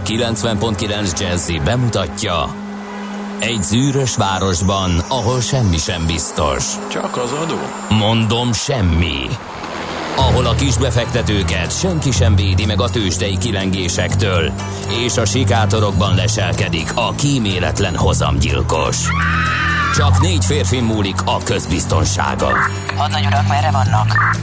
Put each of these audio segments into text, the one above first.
a 90.9 Jazzy bemutatja: egy zűrös városban, ahol semmi sem biztos. Csak az adó? Mondom, semmi. Ahol a kisbefektetőket senki sem védi meg a tőzsdei kilengésektől, és a sikátorokban leselkedik a kíméletlen hozamgyilkos. Csak 4 férfi múlik a közbiztonsága. Hadnagy urak, merre vannak?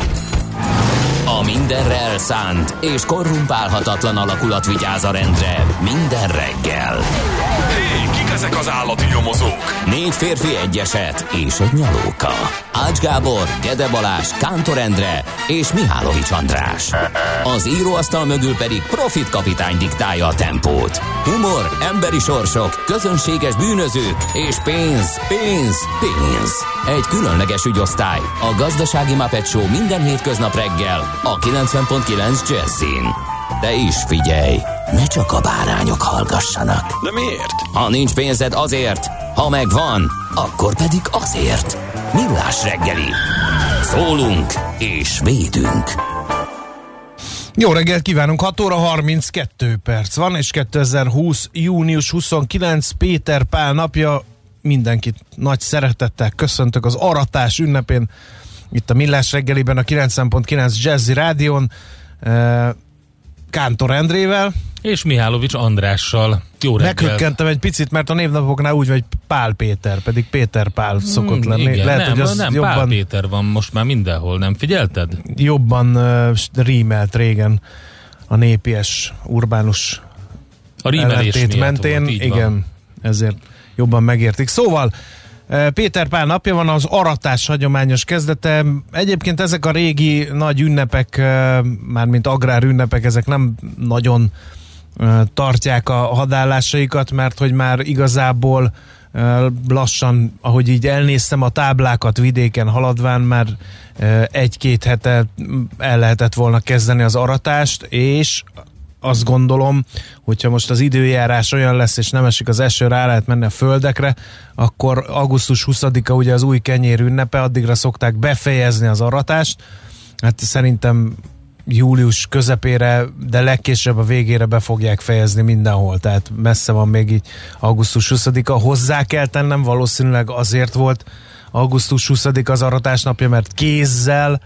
A mindenre elszánt és korrumpálhatatlan alakulat vigyáz a rendre minden reggel. Hé, kik ezek az állati nyomozók? 4 férfi, egy eset és egy nyalóka. Ács Gábor, Gede Balázs, Kántor Endre és Mihálovics András. Az íróasztal mögül pedig Profit kapitány diktálja a tempót. Humor, emberi sorsok, közönséges bűnözők és pénz, pénz, pénz. Egy különleges ügyosztály, a Gazdasági Muppet Show minden hétköznap reggel a 90.9 Jazzyn. De is figyelj, ne csak a bárányok hallgassanak. De miért? Ha nincs pénzed, azért, ha megvan, akkor pedig azért. Millás reggeli. Szólunk és védünk. Jó reggelt kívánunk, 6 óra 32 perc van, és 2020. június 29 Péter Pál napja. Mindenkit nagy szeretettel köszöntök az aratás ünnepén, itt a Millás reggeliben, a 90.9 Jazzy Rádión, Kántor Endrével. És Mihálovics Andrással. Jó reggelt. Meghökkentem egy picit, mert a névnapoknál úgy vagy Pál Péter, pedig Péter Pál szokott lenni. Igen, lehet, hogy az nem jobban, Pál Péter van most már mindenhol, nem figyelted? Jobban rímelt régen a népies, urbánus A rímelés miatt mentén. volt, így igen, van. ezért jobban megértik. Szóval Péter Pál napja van, az aratás hagyományos kezdete. Egyébként ezek a régi nagy ünnepek, mármint agrár ünnepek, ezek nem nagyon tartják a hadállásaikat, mert hogy már igazából lassan, ahogy így elnéztem a táblákat vidéken haladván, már 1-2 hete el lehetett volna kezdeni az aratást, és azt gondolom, hogyha most az időjárás olyan lesz, és nem esik az eső, rá lehet menni a földekre, akkor augusztus 20-a ugye az új kenyér ünnepe, addigra szokták befejezni az aratást. Hát szerintem július közepére, de legkésőbb a végére be fogják fejezni mindenhol, tehát messze van még így augusztus 20-a. Hozzá kell tennem, valószínűleg azért volt augusztus 20-a az aratás napja, mert kézzel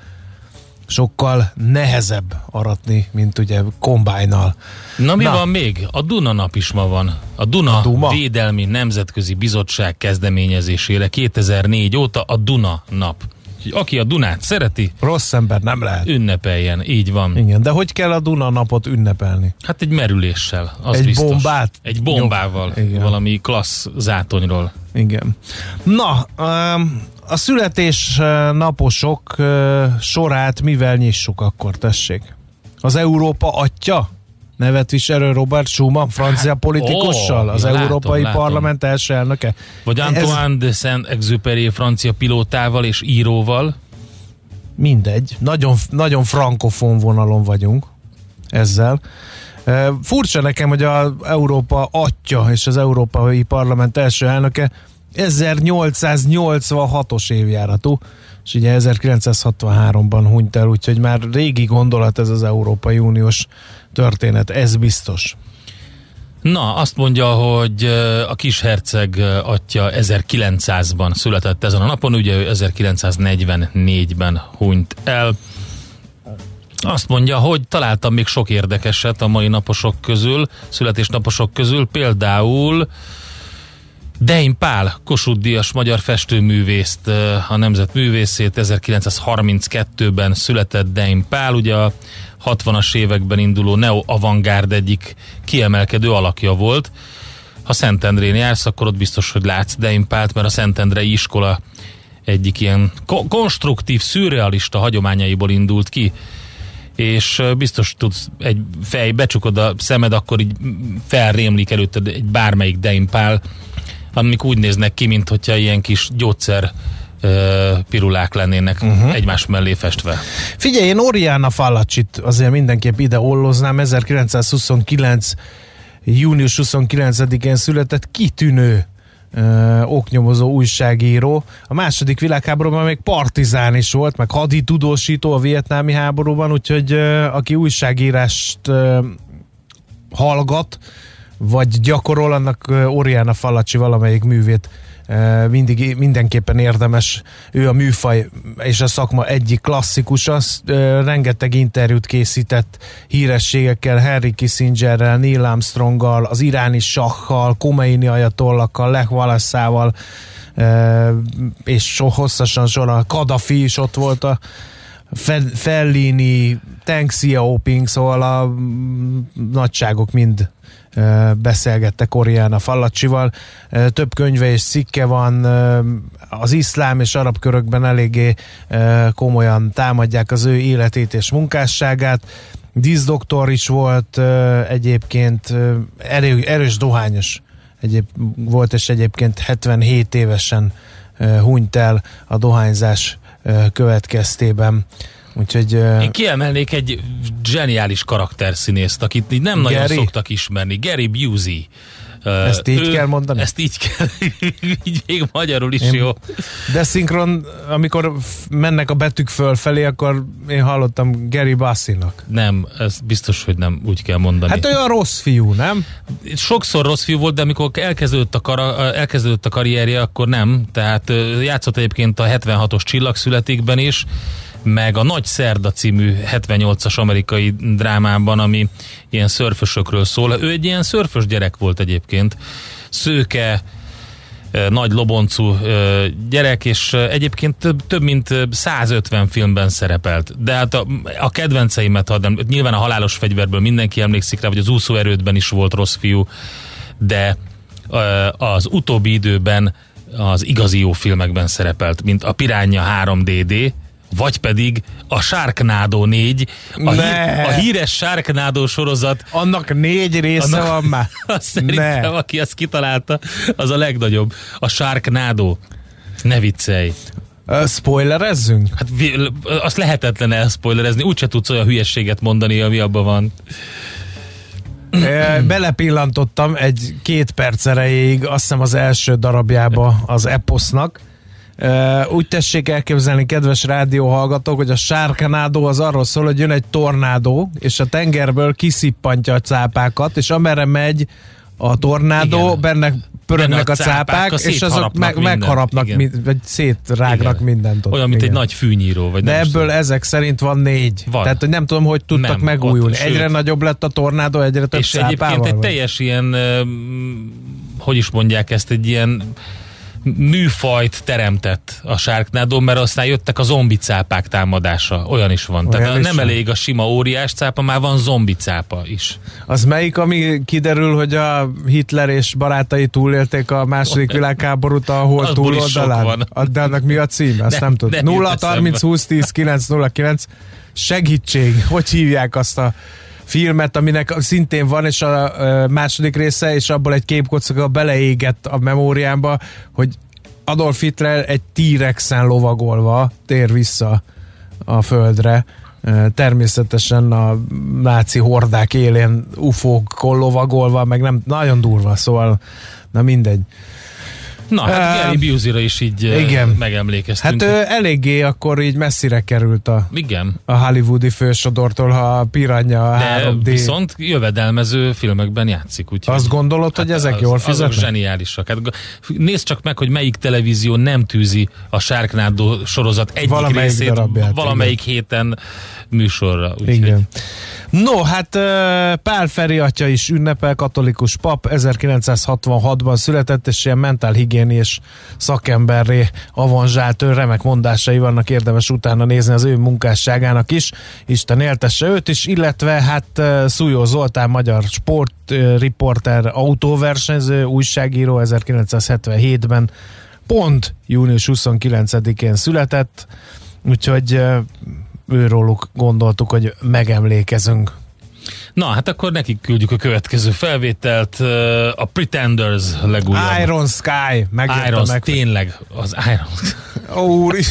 sokkal nehezebb aratni, mint ugye kombájnnal. Na mi van még? A Duna nap is ma van. A Duna Védelmi Nemzetközi Bizottság kezdeményezésére 2004 óta a Duna nap. Aki a Dunát szereti, rossz ember nem lehet. Ünnepeljen, így van. Igen, de hogy kell a Duna napot ünnepelni? Hát egy merüléssel, az egy biztos. Bombát? Egy bombával, valami klassz zátonyról. Igen. Na, a születésnaposok sorát mivel nyissuk akkor, tessék? Az Európa atya nevet viselő Robert Schuman, francia politikussal, az Európai Parlament első elnöke. Vagy Antoine de Saint-Exupéry, francia pilótával és íróval. Mindegy. Nagyon frankofon vonalon vagyunk ezzel. Furcsa nekem, hogy az Európa atya és az Európai Parlament első elnöke 1886-os évjáratú, és ugye 1963-ban hunyt el, úgyhogy már régi gondolat ez az Európai Uniós történet, ez biztos. Na, azt mondja, hogy a kisherceg atya 1900-ban született ezen a napon, ugye ő 1944-ben hunyt el. Azt mondja, hogy találtam még sok érdekeset a mai naposok közül, születésnaposok közül, például Dein Pál, Kossuth-díjas magyar festőművészt, a nemzetművészét, 1932-ben született Dein Pál, ugye a 60-as években induló neo-avantgárd egyik kiemelkedő alakja volt. Ha Szentendrén jársz, akkor ott biztos, hogy látsz Dein Pált, mert a Szentendrei iskola egyik ilyen konstruktív, szürrealista hagyományaiból indult ki, és biztos tudsz, egy fej, becsukod a szemed, akkor így felrémlik előtted egy bármelyik Dein Pál, amik úgy néznek ki, mint hogyha ilyen kis gyógyszer pirulák lennének egymás mellé festve. Figyelj, én Oriana Fallaccit azért mindenképp ide olloznám, 1929. június 29-én született, kitűnő oknyomozó újságíró. A második világháborúban még partizán is volt, meg haditudósító a vietnámi háborúban, úgyhogy aki újságírást hallgat, vagy gyakorol, annak Oriana Fallaci valamelyik művét mindenképpen érdemes. Ő a műfaj és a szakma egyik klasszikusa, rengeteg interjút készített hírességekkel, Henry Kissingerrel, Neil Armstronggal, az iráni sakkal, Khomeini ajatollakkal, Lech Walesa-val, és hosszasan sorol, Kadhafi is ott volt, a Fellini, Teng Xiaoping, szóval a nagyságok mind beszélgettek Oriana Fallacival. Több könyve és cikke van, az iszlám és arab körökben eléggé komolyan támadják az ő életét és munkásságát. Díszdoktor is volt egyébként, erős dohányos volt, és egyébként 77 évesen hunyt el a dohányzás következtében. Úgyhogy, én kiemelnék egy zseniális karakterszínészt, akit így nem nagyon szoktak ismerni, Gary Busey. Ezt így kell mondani? Ezt így kell, így még magyarul is jó. De szinkron, amikor mennek a betűk fölfelé, akkor én hallottam Gary Busey-nak. Nem, ez biztos, hogy nem úgy kell mondani. Hát olyan rossz fiú, nem? Sokszor rossz fiú volt, de amikor elkezdődött a karrierje, akkor nem. Tehát játszott egyébként a 76-os Csillagszületikben is, meg a Nagy Szerda című 78-as amerikai drámában, ami ilyen szörfösökről szól. Ő egy ilyen szörfös gyerek volt egyébként. Szőke, nagy loboncú gyerek, és egyébként több mint 150 filmben szerepelt. De hát a kedvenceimet adom, nyilván a Halálos fegyverből mindenki emlékszik rá, vagy az Úszóerődben is volt rossz fiú, de az utóbbi időben az igazi jó filmekben szerepelt, mint a Piranha 3DD, vagy pedig a Sharknado 4, a híres Sharknado sorozat. Annak 4 része van már? Szerintem, aki azt kitalálta, az a legnagyobb. A Sharknado. Ne viccelj. Spoilerezzünk? Hát azt lehetetlen elspoilerezni, úgyse tudsz olyan hülyességet mondani, ami abban van. Belepillantottam egy 2 perc erejéig, azt hiszem az első darabjába az eposznak. Úgy tessék elképzelni, kedves rádióhallgatók, hogy a Sharknado az arról szól, hogy jön egy tornádó, és a tengerből kiszippantja a cápákat, és amerre megy a tornádó, benne pörögnek a cápák, és azok megharapnak, vagy szétrágnak mindent. Olyan, mint egy nagy fűnyíró. Vagy de ebből ezek szerint van 4. Van. Tehát, hogy nem tudom, hogy tudtak megújulni. Egyre nagyobb lett a tornádó, egyre több cápával. És egyébként egy teljes ilyen, hogy is mondják ezt, egy ilyen műfajt teremtett a Sharknado, mert aztán jöttek a zombicápák támadása. Olyan is van. Olyan tehát nem elég a sima óriás cápa, már van zombicápa is. Az melyik, ami kiderül, hogy a Hitler és barátai túlélték a második világháborút a hol túloldalán? De annak mi a cím? Azt nem tudom. 0 30 20 10 909 segítség. Hogy hívják azt a filmet, aminek szintén van, és a második része, és abból egy képkocka beleégett a memóriámba, hogy Adolf Hitler egy T-rexen lovagolva tér vissza a földre. Természetesen a náci hordák élén UFO-kon lovagolva, meg nem, nagyon durva, szóval na mindegy. Na, hát Gary Busey-ra is így igen. Megemlékeztünk. Hát eléggé akkor így messzire került a hollywoodi fősodortól, ha a Piranha 3D. Viszont jövedelmező filmekben játszik. Úgyhogy azt gondolod, hogy ezek jól fizetnek? Azok zseniálisak. Hát, nézd csak meg, hogy melyik televízió nem tűzi a Sharknado sorozat egyik valamelyik részét darabját, valamelyik héten műsorra. Úgyhogy. Igen. No, hát Pál Feri atya is ünnepel, katolikus pap, 1966-ban született, és ilyen mentálhigiéniás szakemberré avanzsált, remek mondásai vannak, érdemes utána nézni az ő munkásságának is, Isten éltesse őt is, illetve hát Szújó Zoltán, magyar sportriporter, autóversenyző, újságíró, 1977-ben pont június 29-én született, úgyhogy őróluk gondoltuk, hogy megemlékezünk. Na, hát akkor nekik küldjük a következő felvételt, a Pretenders legújabb. Iron Sky, Iron, tényleg, az Iron. Úr,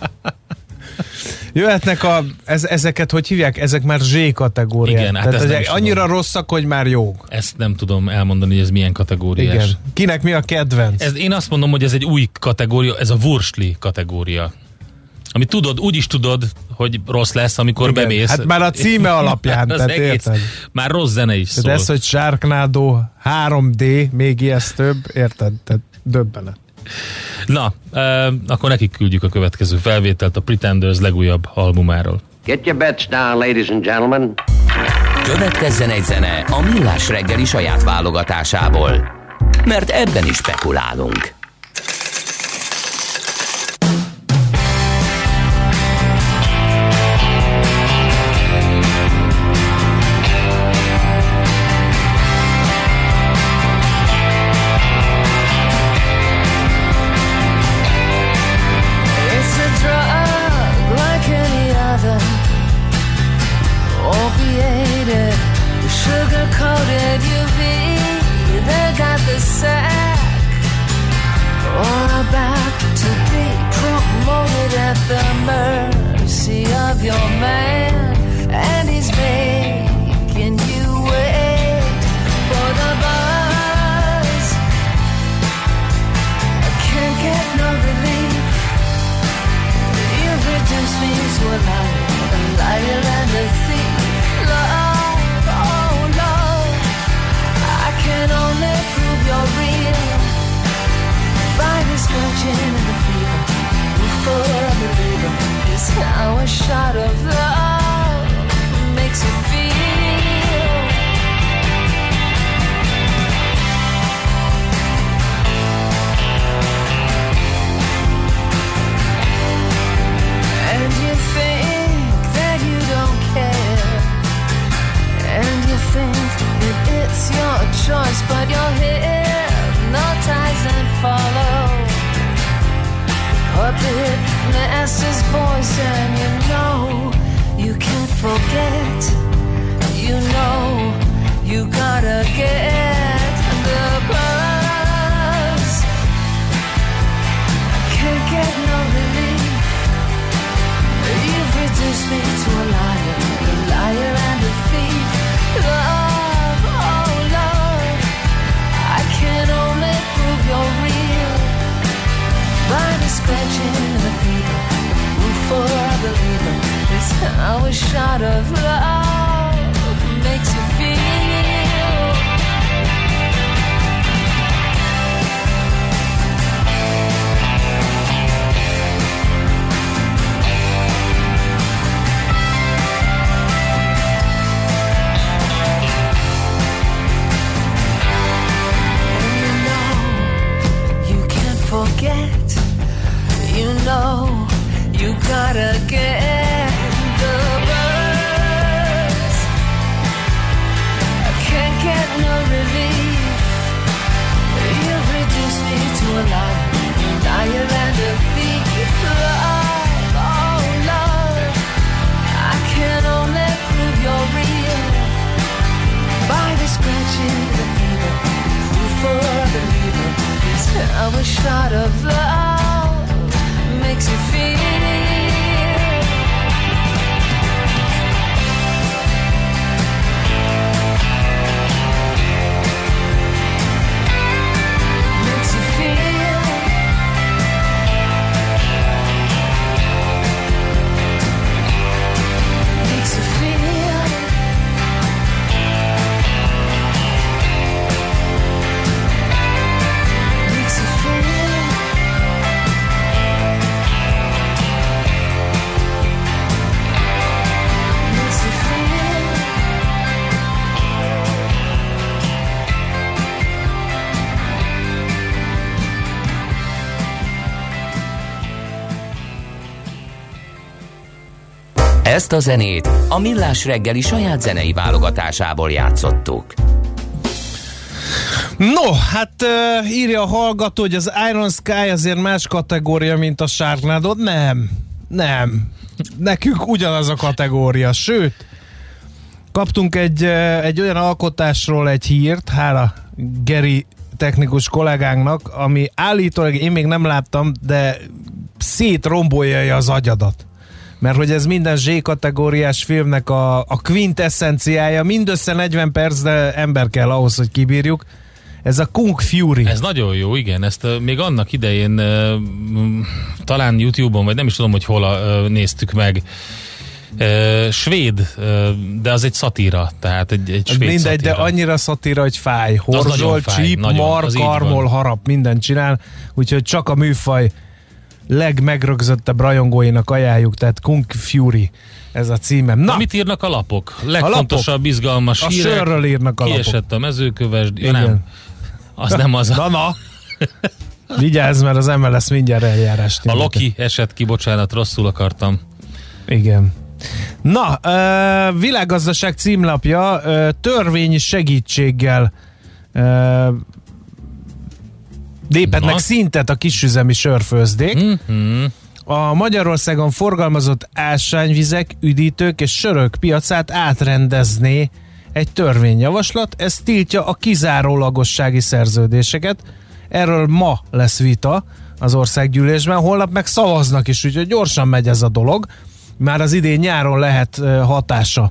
jöhetnek ezeket, hogy hívják? Ezek már Z-kategóriák. Igen, hát tehát annyira rosszak, hogy már jók. Ezt nem tudom elmondani, hogy ez milyen kategóriás. Igen. Kinek mi a kedvenc? Én azt mondom, hogy ez egy új kategória, ez a Wurstli kategória. Ami tudod, úgy is tudod, hogy rossz lesz, amikor igen, bemész. hát már a címe alapján, az tehát egész, érted? már rossz zene is szól. De ez, hogy Sharknado 3D, még ijesztőbb, érted? Tehát döbbenet. Na, akkor nekik küldjük a következő felvételt a Pretenders legújabb albumáról. Get your bets down, ladies and gentlemen. Következzen egy zene a Millás reggeli saját válogatásából, mert ebben is spekulálunk. Sugar-coated UV, they got the sack, all about to be promoted at the mercy of your man, and he's making you wait for the buzz. I can't get no relief. You've reduced me to a liar and a thief. Love, oh love, I can only prove you're real by the scratching and the fever. Before a believer is how a shot of love makes you feel. And you think that you don't care, and you think that it's your choice, but you're hypnotized and follow puppet master's voice, and you know you can't forget. You know you gotta get the buzz. I can't get no relief. You've reduced me to a liar and a thief. Love, oh love, I can only prove you're real by the scratching and the fever. For a believer is how a shot of love makes you feel. Forget, you know, you gotta get the buzz. I can't get no relief. You've reduced me to a liar and a thief. Love, oh love, I can only prove you're real by the scratching the fever. For a believer is how a shot of love makes you feel. Makes you feel. Makes you feel. Makes you feel. Makes you feel. Ezt a zenét a Millás reggeli saját zenei válogatásából játszottuk. No, hát írja a hallgató, hogy az Iron Sky azért más kategória, mint a Sharknado. Nem. Nekünk ugyanaz a kategória, sőt, kaptunk egy olyan alkotásról egy hírt, hála Geri technikus kollégánknak, ami állítólag, én még nem láttam, de szétrombolja az agyadat. Mert hogy ez minden Z-kategóriás filmnek a quintessenciája, mindössze 40 perc, de ember kell ahhoz, hogy kibírjuk. Ez a Kung Fury. Ez nagyon jó, igen. Ezt még annak idején talán YouTube-on, vagy nem is tudom, hogy hol néztük meg. Svéd, de az egy szatíra, tehát egy svéd mindegy, szatíra. de annyira szatíra, hogy fáj. Horzsol, csíp, mar, karmol, harap, mindent csinál, úgyhogy csak a műfaj legmegrögzöttebb rajongóinak ajánljuk, tehát Kung Fury ez a címem. Na, mit írnak a lapok? Legfontosabb, izgalmas a hírek. sörről írnak a lapok. Kiesett a mezőkövesd. Ja, nem. Az nem az a... Na. Vigyázz, mert az MLS mindjárt eljárást. A Loki esett ki, bocsánat, rosszul akartam. Igen. Na, világgazdaság címlapja törvényi segítséggel léphetnek szintet a kisüzemi sörfőzdék. A Magyarországon forgalmazott ásványvizek, üdítők és sörök piacát átrendezné egy törvényjavaslat. Ez tiltja a kizárólagossági szerződéseket. Erről ma lesz vita az országgyűlésben, holnap meg szavaznak is, úgyhogy gyorsan megy ez a dolog. Már az idén nyáron lehet hatása.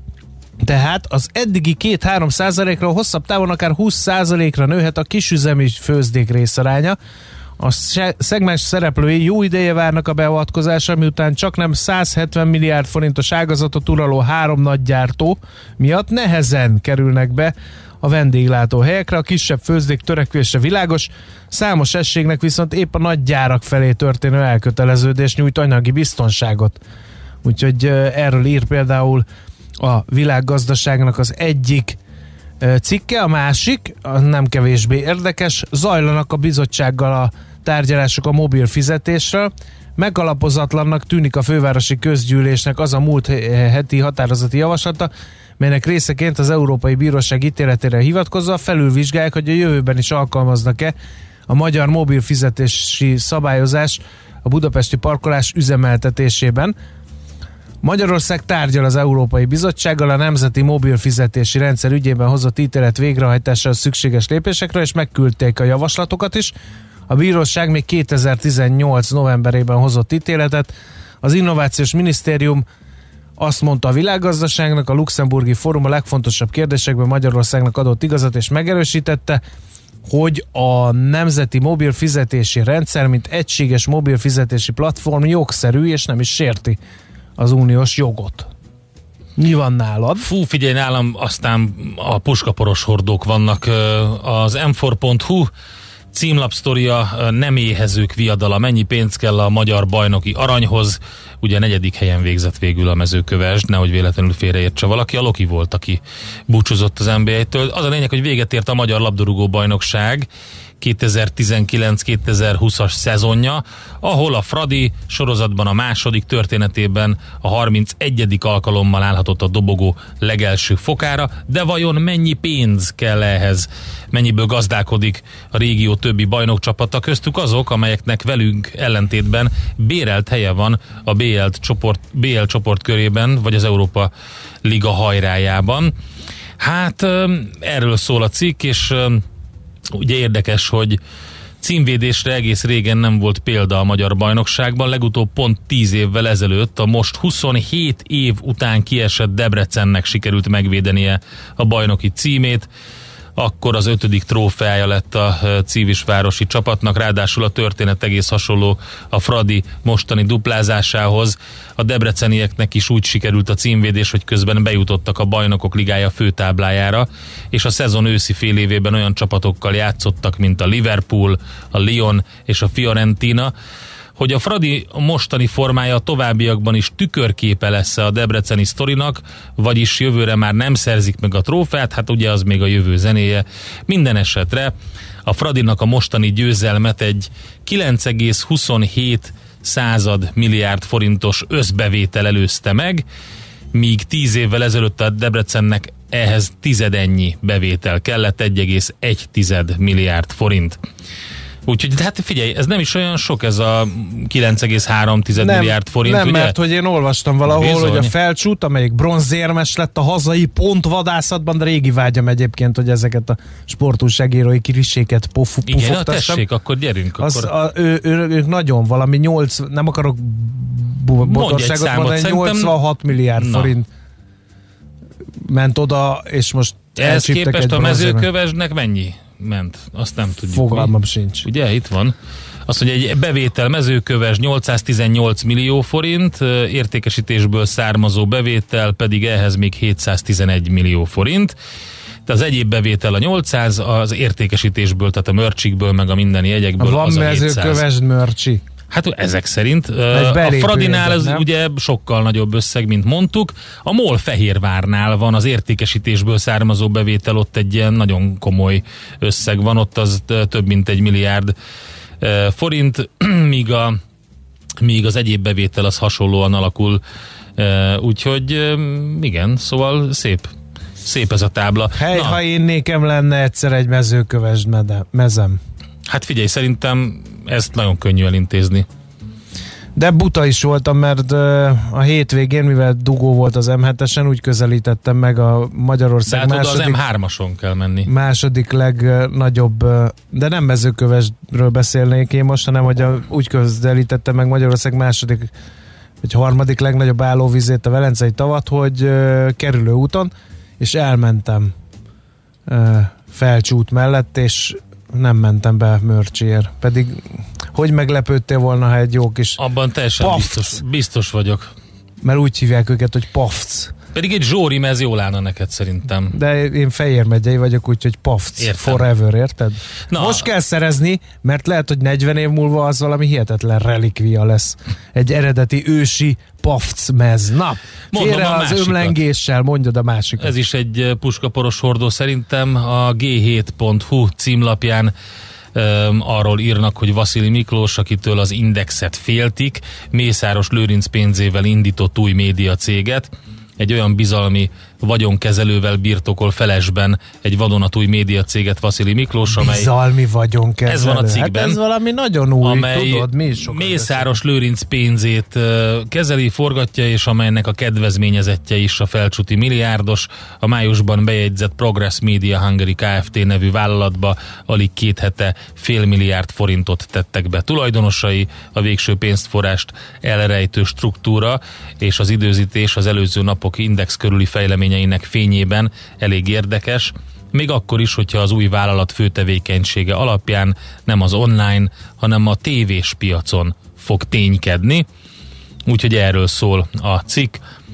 Tehát az eddigi 2-3%-ra, hosszabb távon akár 20%-ra nőhet a kisüzemi főzdék részaránya. A szegmens szereplői jó ideje várnak a beavatkozásra, miután csak nem 170 milliárd forintos ágazatot uraló 3 nagy gyártó miatt nehezen kerülnek be a vendéglátóhelyekre. A kisebb főzdék törekvése világos, számos egységnek viszont épp a nagy gyárak felé történő elköteleződés nyújt anyagi biztonságot. Úgyhogy erről ír például a világgazdaságnak az egyik cikke, a másik, nem kevésbé érdekes, zajlanak a bizottsággal a tárgyalások a mobil fizetésről. Megalapozatlannak tűnik a fővárosi közgyűlésnek az a múlt heti határozati javaslata, melynek részeként az Európai Bíróság ítéletére hivatkozva felülvizsgálják, hogy a jövőben is alkalmaznak-e a magyar mobil fizetési szabályozás a budapesti parkolás üzemeltetésében. Magyarország tárgyal az Európai Bizottsággal a Nemzeti Mobil Fizetési Rendszer ügyében hozott ítélet végrehajtására szükséges lépésekre, és megküldték a javaslatokat is. A bíróság még 2018 novemberében hozott ítéletet. Az Innovációs Minisztérium azt mondta a világgazdaságnak, a Luxemburgi Fórum a legfontosabb kérdésekben Magyarországnak adott igazat, és megerősítette, hogy a Nemzeti Mobil Fizetési Rendszer, mint egységes mobil fizetési platform jogszerű, és nem is sérti az uniós jogot. Mi van nálad? Fú, figyelj, nálam aztán a puskaporos hordók vannak. Az m4.hu címlapsztoria, nem éhezők viadala, mennyi pénz kell a magyar bajnoki aranyhoz. Ugye a 4. helyen végzett végül a mezőkövesd, nehogy véletlenül félreértse valaki. A Loki volt, aki búcsúzott az NBA-től. Az a lényeg, hogy véget ért a magyar labdarúgó bajnokság 2019-2020-as szezonja, ahol a Fradi sorozatban a második történetében a 31. alkalommal állhatott a dobogó legelső fokára, de vajon mennyi pénz kell ehhez? Mennyiből gazdálkodik a régió többi bajnokcsapata, köztük azok, amelyeknek velünk ellentétben bérelt helye van a BL csoport körében, vagy az Európa Liga hajrájában. Hát erről szól a cikk, és ugye érdekes, hogy címvédésre egész régen nem volt példa a magyar bajnokságban, legutóbb pont 10 évvel ezelőtt a most 27 év után kiesett Debrecennek sikerült megvédenie a bajnoki címét, akkor az 5. trófeája lett a civisvárosi csapatnak, ráadásul a történet egész hasonló a Fradi mostani duplázásához. A debrecenieknek is úgy sikerült a címvédés, hogy közben bejutottak a Bajnokok Ligája főtáblájára, és a szezon őszi fél évében olyan csapatokkal játszottak, mint a Liverpool, a Lyon és a Fiorentina. Hogy a Fradi mostani formája a továbbiakban is tükörképe lesz a debreceni sztorinak, vagyis jövőre már nem szerzik meg a trófeát, hát ugye az még a jövő zenéje. Minden esetre a Fradinak a mostani győzelmet egy 9,27 milliárd forintos összbevétel előzte meg, míg 10 évvel ezelőtt a Debrecennek ehhez tizedennyi bevétel kellett, 1,1 milliárd forint. Úgyhogy hát figyelj, ez nem is olyan sok, ez a 9,3 milliárd forint, nem, ugye? Mert hogy én olvastam valahol, bizony, hogy a Felcsút, amelyik bronzérmes lett a hazai pontvadászatban, de régi vágyam egyébként, hogy ezeket a sportújságírói kiriséket pufogtassam. Igen, tessék, akkor gyerünk. Akkor. Ők nagyon valami 8, nem akarok botorságot mondani, 86 milliárd forint ment oda, és most ehhez képest a mezőkövesdnek mennyi? ment? Azt nem tudjuk. Fogalmam sincs. Ugye, itt van. Azt mondja, egy bevétel mezőköves 818 millió forint, értékesítésből származó bevétel pedig ehhez még 711 millió forint. De az egyéb bevétel a 800, az értékesítésből, tehát a mörcsikből, meg a mindeni jegyekből van az a 700. mezőköves mörcsi. Hát ezek szerint. A belépő Fradinál jegyek, ez ugye sokkal nagyobb összeg, mint mondtuk. A MOL Fehérvárnál van az értékesítésből származó bevétel, ott egy ilyen nagyon komoly összeg van, ott az több mint 1 milliárd forint, míg az egyéb bevétel az hasonlóan alakul. Úgyhogy igen, szóval szép ez a tábla. Ha én nékem lenne egyszer egy mezőköves mezem. Hát figyelj, szerintem ezt nagyon könnyű elintézni. De buta is voltam, mert a hétvégén, mivel dugó volt az M7-esen, úgy közelítettem meg a Magyarország de második... az M3-ason kell menni. Második legnagyobb, de nem mezőkövesről beszélnék én most, hanem hogy úgy közelítettem meg Magyarország második vagy harmadik legnagyobb állóvizét, a Velencei tavat, hogy kerülő úton, és elmentem Felcsút mellett, és nem mentem be Mörcsiért. Pedig hogy meglepődtél volna, ha egy jó kis abban teljesen biztos vagyok. Mert úgy hívják őket, hogy Pafc. Pedig egy zsóri mez jól állna neked szerintem. De én Fejér megyei vagyok, úgyhogy Pafc. Értem. Forever, érted? Na. Most kell szerezni, mert lehet, hogy 40 év múlva az valami hihetetlen relikvia lesz. Egy eredeti ősi Pafc mez. Na, félre az ömlengéssel, mondjad a másikat. Ez is egy puskaporos hordó szerintem. A G7.hu címlapján arról írnak, hogy Vasili Miklós, akitől az Indexet féltik, Mészáros Lőrinc pénzével indított új média céget. Egy olyan bizalmi vagyonkezelővel birtokol felesben egy vadonatúj médiacéget Vasili Miklós, amely... Bizalmi vagyonkezelő. Ez van a cikkben. Hát ez valami nagyon új, amely tudod, mi is sokat Mészáros Lőrinc pénzét kezeli, forgatja, és amelynek a kedvezményezettje is a felcsúti milliárdos, a májusban bejegyzett Progress Media Hungary Kft. Nevű vállalatba alig 2 hete $500 millió forintot tettek be. Tulajdonosai a végső pénzforrást elrejtő struktúra, és az időzítés az előző napok Index körüli fejleményeinek fényében elég érdekes, még akkor is, hogyha az új vállalat fő tevékenysége alapján nem az online, hanem a tévés piacon fog ténykedni. Úgyhogy erről szól a cikk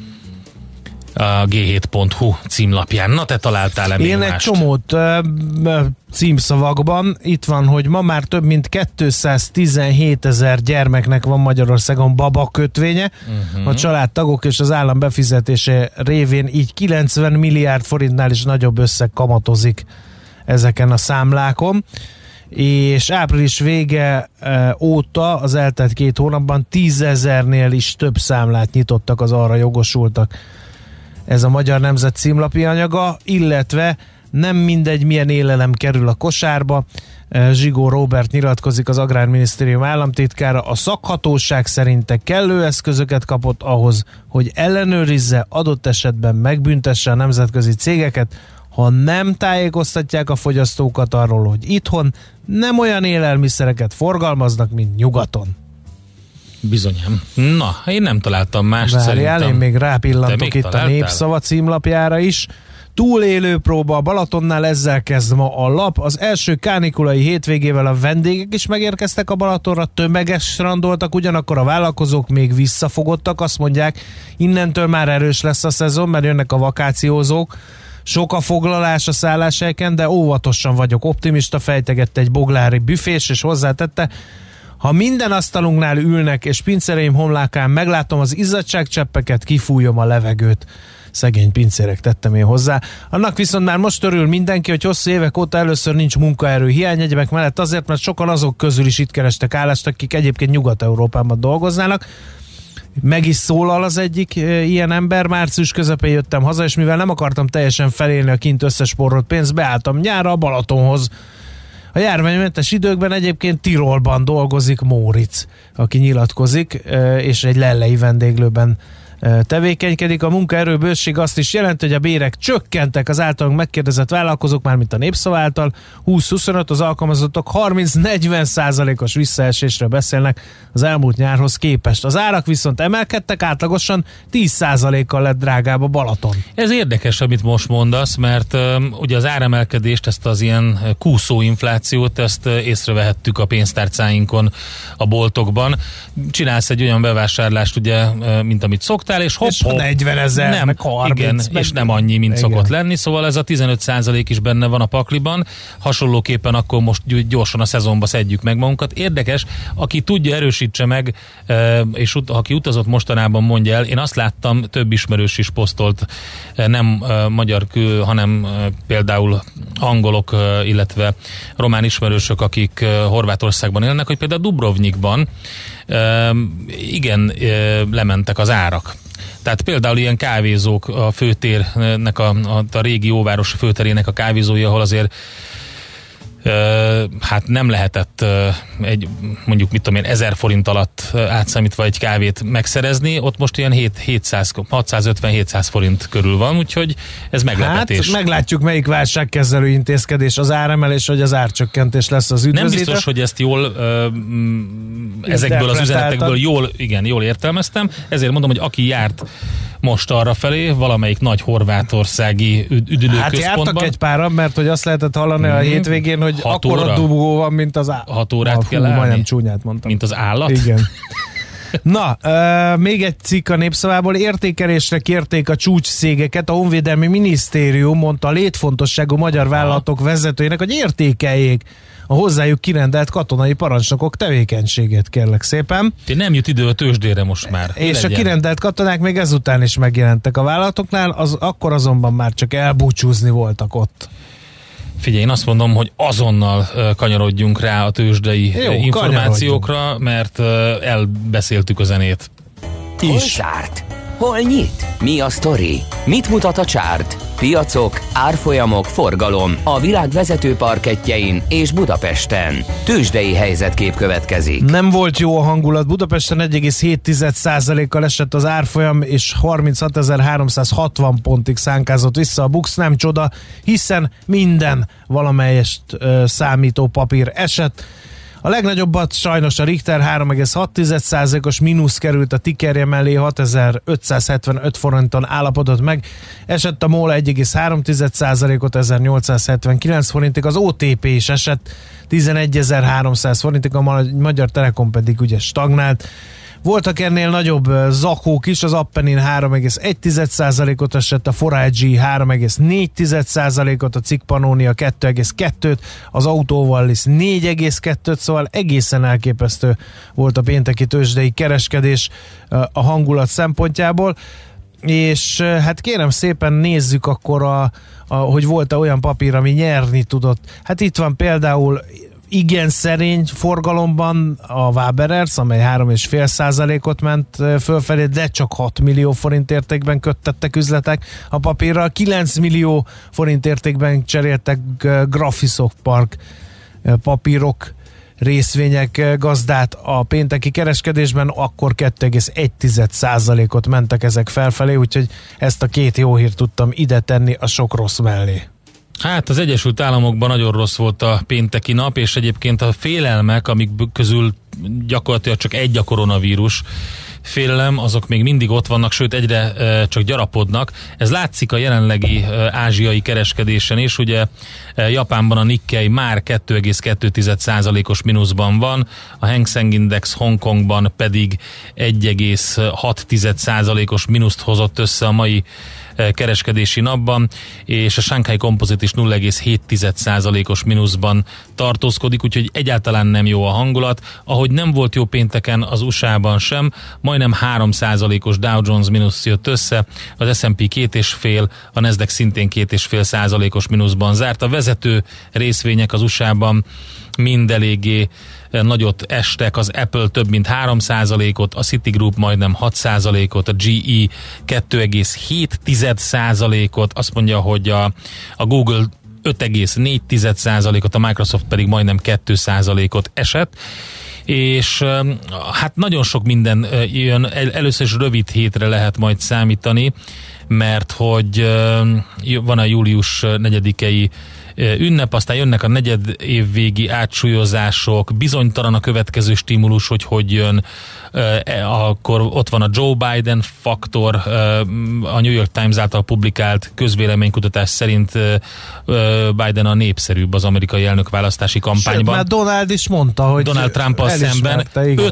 a G7.hu címlapján. Na, te találtál-e még Én mást? egy csomót címszavakban. Itt van, hogy ma már több mint 217 000 gyermeknek van Magyarországon babakötvénye. A családtagok és az állam befizetése révén így 90 milliárd forintnál is nagyobb összeg kamatozik ezeken a számlákon. És április vége óta az eltelt 2 hónapban 10 000-nél is több számlát nyitottak az arra jogosultak. Ez a Magyar Nemzet címlapi anyaga, illetve nem mindegy, milyen élelem kerül a kosárba. Zsigó Róbert nyilatkozik, az Agrárminisztérium államtitkára. A szakhatóság szerinte kellő eszközöket kapott ahhoz, hogy ellenőrizze, adott esetben megbüntesse a nemzetközi cégeket, ha nem tájékoztatják a fogyasztókat arról, hogy itthon nem olyan élelmiszereket forgalmaznak, mint nyugaton. Bizonyám. Na, én nem találtam mást. Várjál, szerintem. én még rápillantok itt találtál? a Népszava címlapjára is. Túlélő próba a Balatonnál, ezzel kezd ma a lap. Az első kánikulai hétvégével a vendégek is megérkeztek a Balatonra, tömeges randoltak, ugyanakkor a vállalkozók még visszafogottak, azt mondják, innentől már erős lesz a szezon, mert jönnek a vakációzók. Sok a foglalás a szálláshelyeken, de óvatosan vagyok optimista, fejtegette egy boglári büfés, és hozzátette, ha minden asztalunknál ülnek, és pincereim homlákán meglátom az izzadságcseppeket, kifújom a levegőt. Szegény pincérek, tettem én hozzá. Annak viszont már most örül mindenki, hogy hosszú évek óta először nincs munkaerő hiány, egyebek mellett azért, mert sokan azok közül is itt kerestek állást, akik egyébként Nyugat-Európában dolgoznának. Meg is szólal az egyik ilyen ember, március közepén jöttem haza, és mivel nem akartam teljesen felélni a kint összesporolt pénzt, beálltam nyárra a Balatonhoz. A járványmentes időkben egyébként Tirolban dolgozik Móricz, aki nyilatkozik, és egy lellei vendéglőben tevékenykedik. A munkaerőbőség azt is jelenti, hogy a bérek csökkentek az általunk megkérdezett vállalkozók, mármint a Népszava által 20-25, az alkalmazottak 30-40%-os visszaesésről beszélnek az elmúlt nyárhoz képest. Az árak viszont emelkedtek, átlagosan 10%-kal lett drágább a Balaton. Ez érdekes, amit most mondasz, mert ugye az áremelkedést, ezt az ilyen kúszó inflációt, ezt észrevehettük a pénztárcáinkon, a boltokban. Csinálsz egy olyan bevásárlást, ugye, mint amit szoktál, és hopp, és 40 000, nem, meg 30, igen, meg és nem annyi, mint igen. szokott lenni, szóval ez a 15% is benne van a pakliban. Hasonlóképpen akkor most gyorsan a szezonba szedjük meg magunkat. Érdekes, aki tudja, erősítse meg, és aki utazott mostanában, mondja el. Én azt láttam, több ismerős is posztolt, nem magyar, hanem például angolok, illetve román ismerősök, akik Horvátországban élnek, hogy például Dubrovnikban igen, lementek az árak. Tehát például ilyen kávézók, a főtérnek, a régi óváros főterének a kávézói, ahol azért hát nem lehetett mondjuk 1000 forint alatt átszámítva egy kávét megszerezni, ott most ilyen 650-700 forint körül van, úgyhogy ez meglepetés. Hát meglátjuk, melyik válságkezelő intézkedés, az áremelés vagy az árcsökkentés lesz az üdvözítő. Nem biztos, hogy ezt jól ezekből az üzenetekből jól értelmeztem, ezért mondom, hogy aki járt most arra felé, valamelyik nagy horvátországi üdülőközpontban. Hát jártak egy páran, mert hogy azt lehetett hallani a hétvégén, hogy akkora dugó van, mint az 6 órát kell állni? Majdnem csúnyát mondtam. Mint az állat? Igen. Na, még egy cikk a Népszavából. Értékelésre kérték a csúcsszégeket. A Honvédelmi Minisztérium mondta a létfontosságú magyar vállalatok vezetőinek, hogy értékeljék a hozzájuk kirendelt katonai parancsnokok tevékenységét, kérlek szépen. Nem jut idő a tőzsdére most már. És a kirendelt katonák még ezután is megjelentek a vállalatoknál, akkor azonban már csak elbúcsúzni voltak ott. Figyelj, én azt mondom, hogy azonnal kanyarodjunk rá a tőzsdei információkra, mert elbeszéltük a zenét. Hol zárt? Hol nyit? Mi a sztori? Mit mutat a csárt? Piacok, árfolyamok, forgalom a világ vezető parkettjein és Budapesten. Tőzsdei helyzetkép következik. Nem volt jó a hangulat. Budapesten 1,7%-kal esett az árfolyam, és 36.360 pontig szánkázott vissza a BUX. Nem csoda, hiszen minden valamelyest számító papír esett. A legnagyobbat sajnos a Richter 3,6%-os mínusz került a tickerje mellé, 6575 forinton állapodott meg. Esett a MOL 1,3%-ot, 1879 forintig, az OTP is esett 11.300 forintig, a Magyar Telekom pedig ugye stagnált. Voltak ennél nagyobb zakók is, az Appenin 3,1%-ot esett, a Forage 3,4%-ot, a Cikk Pannonia 2,2-t, az Autovallis 4,2-t, szóval egészen elképesztő volt a pénteki tőzsdei kereskedés a hangulat szempontjából. És hát kérem szépen nézzük akkor, hogy volt-e olyan papír, ami nyerni tudott. Hát itt van például igen szerény forgalomban a Waberers, amely 3,5%-ot ment fölfelé, de csak 6 millió forint értékben köttettek üzletek a papírral. 9 millió forint értékben cseréltek Graphisoft Park papírok, részvények gazdát a pénteki kereskedésben, akkor 2,1%-ot mentek ezek felfelé, úgyhogy ezt a két jó hírt tudtam ide tenni a sok rossz mellé. Hát az Egyesült Államokban nagyon rossz volt a pénteki nap, és egyébként a félelmek, amik közül gyakorlatilag csak egy a koronavírus félelem, azok még mindig ott vannak, sőt egyre csak gyarapodnak. Ez látszik a jelenlegi ázsiai kereskedésen is, ugye Japánban a Nikkei már 2,2%-os mínuszban van, a Hang Seng Index Hongkongban pedig 1,6%-os mínuszt hozott össze a mai kereskedési napban, és a Shanghai Composite is 0,7%-os mínuszban tartózkodik, úgyhogy egyáltalán nem jó a hangulat. Ahogy nem volt jó pénteken az USA-ban sem, majdnem 3%-os Dow Jones mínusz jött össze, az S&P 2,5%, a Nasdaq szintén 2,5%-os mínuszban zárt. A vezető részvények az USA-ban mind eléggé nagyot estek, az Apple több mint 3%-ot, a Citigroup majdnem 6%-ot, a GE 2,7%-ot, azt mondja, hogy a Google 5,4%-ot, a Microsoft pedig majdnem 2%-ot esett. és hát nagyon sok minden jön, először is rövid hétre lehet majd számítani, mert hogy van a július 4-i ünnep, aztán jönnek a negyed évvégi átsúlyozások, bizonytalan a következő stimulus, hogy jön, akkor ott van a Joe Biden faktor, a New York Times által publikált közvéleménykutatás szerint Biden a népszerűbb az amerikai elnökválasztási kampányban. Sőt, már Donald is mondta, hogy Donald Trumpal szemben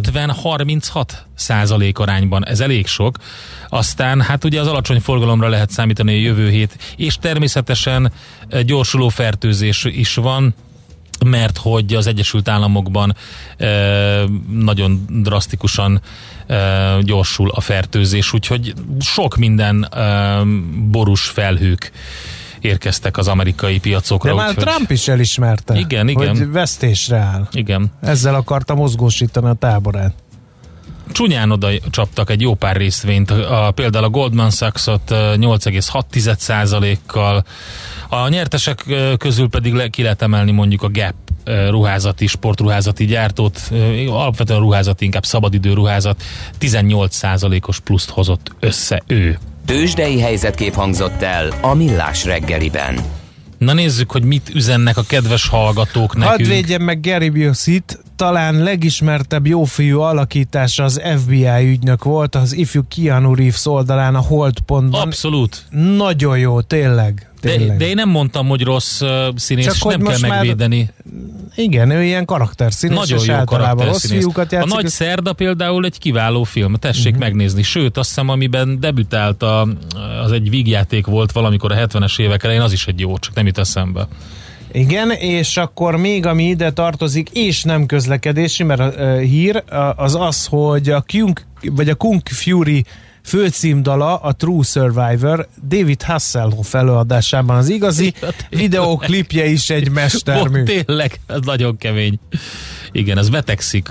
50-36% arányban, ez elég sok. Aztán hát ugye az alacsony forgalomra lehet számítani a jövő hét, és természetesen gyorsuló fertőzés is van, mert hogy az Egyesült Államokban nagyon drasztikusan gyorsul a fertőzés, úgyhogy sok minden borús felhők érkeztek az amerikai piacokra. De már Trump is elismerte, igen. hogy vesztésre áll. Igen. Ezzel akarta mozgósítani a táborát. Csúnyán oda csaptak egy jó pár részvényt, például a Goldman Sachs-ot 8,6%-kal, a nyertesek közül pedig ki lehet emelni mondjuk a Gap ruházati, sportruházati gyártót, alapvetően ruházati, inkább szabadidő ruházat, 18%-os pluszt hozott össze ő. Tőzsdei helyzetkép hangzott el a Millás reggeliben. Na nézzük, hogy mit üzennek a kedves hallgatók nekünk. Hadd védjem meg Gary Busey-t, talán legismertebb jófiú alakítása az FBI ügynök volt, az ifjú Keanu Reeves oldalán a Hold.ban. Abszolút. Nagyon jó, tényleg. De én nem mondtam, hogy rossz színész, csak és nem kell megvédeni. Igen, ő ilyen karakterszínész, nagyon és jó általában rossz fiúkat játszik. A Nagy Szerda például egy kiváló film, tessék megnézni. Sőt, azt hiszem, amiben debütált az egy vígjáték volt valamikor a 70-es évek elején, az is egy jó, csak nem jut eszembe. Igen, és akkor még ami ide tartozik, és nem közlekedési, mert a hír az, hogy a Kung Fury főcímdala, a True Survivor, David Hasselhoff előadásában az igazi, videóklipje is egy mestermű. Tényleg, ez nagyon kemény. Igen, az betegszik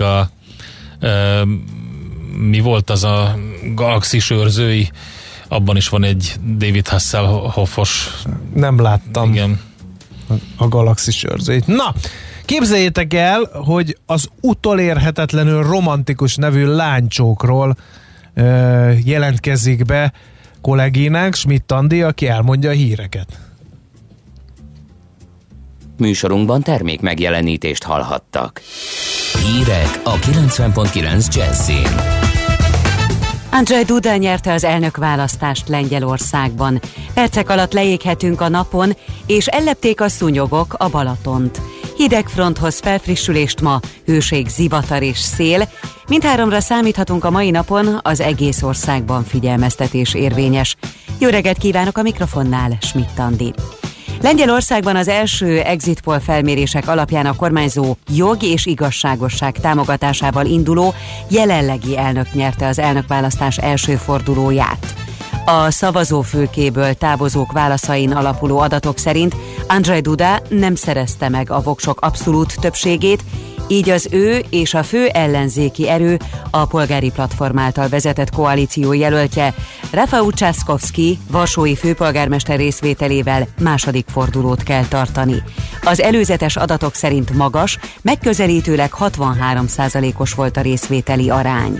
mi volt az a Galaxis őrzői, abban is van egy David Hasselhoffos. Nem láttam. Igen. A Galaxis őrzőit. Na, képzeljétek el, hogy az utolérhetetlenül romantikus nevű lánycsókról jelentkezik be kollégínánk, Schmidt Andi, aki elmondja a híreket. Műsorunkban termék megjelenítést hallhattak. Hírek a 90.9 Jazzin. Andrzej Duda nyerte az elnökválasztást Lengyelországban. Percek alatt leéghetünk a napon, és ellepték a szúnyogok a Balatont. Hideg fronthoz felfrissülést ma, hőség, zivatar és szél. Mindháromra számíthatunk a mai napon, az egész országban figyelmeztetés érvényes. Jó reggelt kívánok, a mikrofonnál Schmidt Andi. Lengyelországban az első exit poll felmérések alapján a kormányzó jog és igazságosság támogatásával induló jelenlegi elnök nyerte az elnökválasztás első fordulóját. A szavazófülkéből távozók válaszain alapuló adatok szerint Andrzej Duda nem szerezte meg a voksok abszolút többségét, így az ő és a fő ellenzéki erő, a Polgári Platform által vezetett koalíció jelöltje, Rafał Trzaskowski varsói főpolgármester részvételével második fordulót kell tartani. Az előzetes adatok szerint magas, megközelítőleg 63%-os volt a részvételi arány.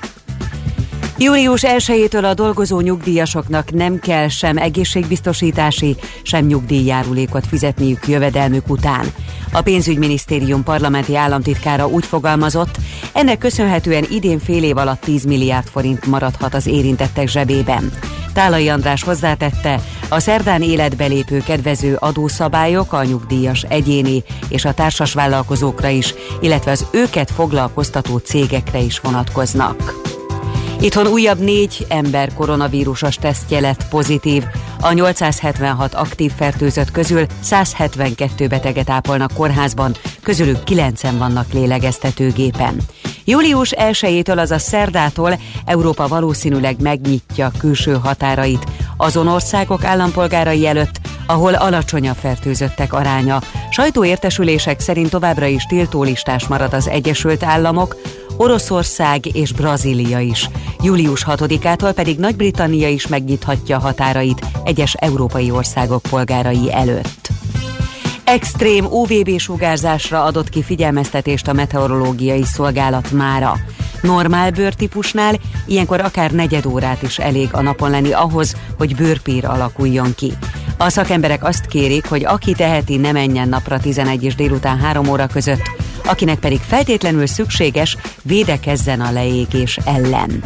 Július 1-től a dolgozó nyugdíjasoknak nem kell sem egészségbiztosítási, sem nyugdíjjárulékot fizetniük jövedelmük után. A pénzügyminisztérium parlamenti államtitkára úgy fogalmazott, ennek köszönhetően idén fél év alatt 10 milliárd forint maradhat az érintettek zsebében. Tálai András hozzátette, a szerdán életbe lépő kedvező adószabályok a nyugdíjas egyéni és a társas vállalkozókra is, illetve az őket foglalkoztató cégekre is vonatkoznak. Itthon újabb 4 ember koronavírusos tesztje lett pozitív. A 876 aktív fertőzött közül 172 beteget ápolnak kórházban, közülük 9-en vannak lélegeztetőgépen. Július 1-től, azaz szerdától Európa valószínűleg megnyitja külső határait azon országok állampolgárai előtt, ahol alacsony a fertőzöttek aránya. Sajtóértesülések szerint továbbra is tiltólistás marad az Egyesült Államok, Oroszország és Brazília is. Július 6-ától pedig Nagy-Britannia is megnyithatja határait egyes európai országok polgárai előtt. Extrém UVB-sugárzásra adott ki figyelmeztetést a meteorológiai szolgálat mára. Normál bőrtípusnál ilyenkor akár negyed órát is elég a napon lenni ahhoz, hogy bőrpír alakuljon ki. A szakemberek azt kérik, hogy aki teheti, ne menjen napra 11 és délután 3 óra között, akinek pedig feltétlenül szükséges, védekezzen a leégés ellen.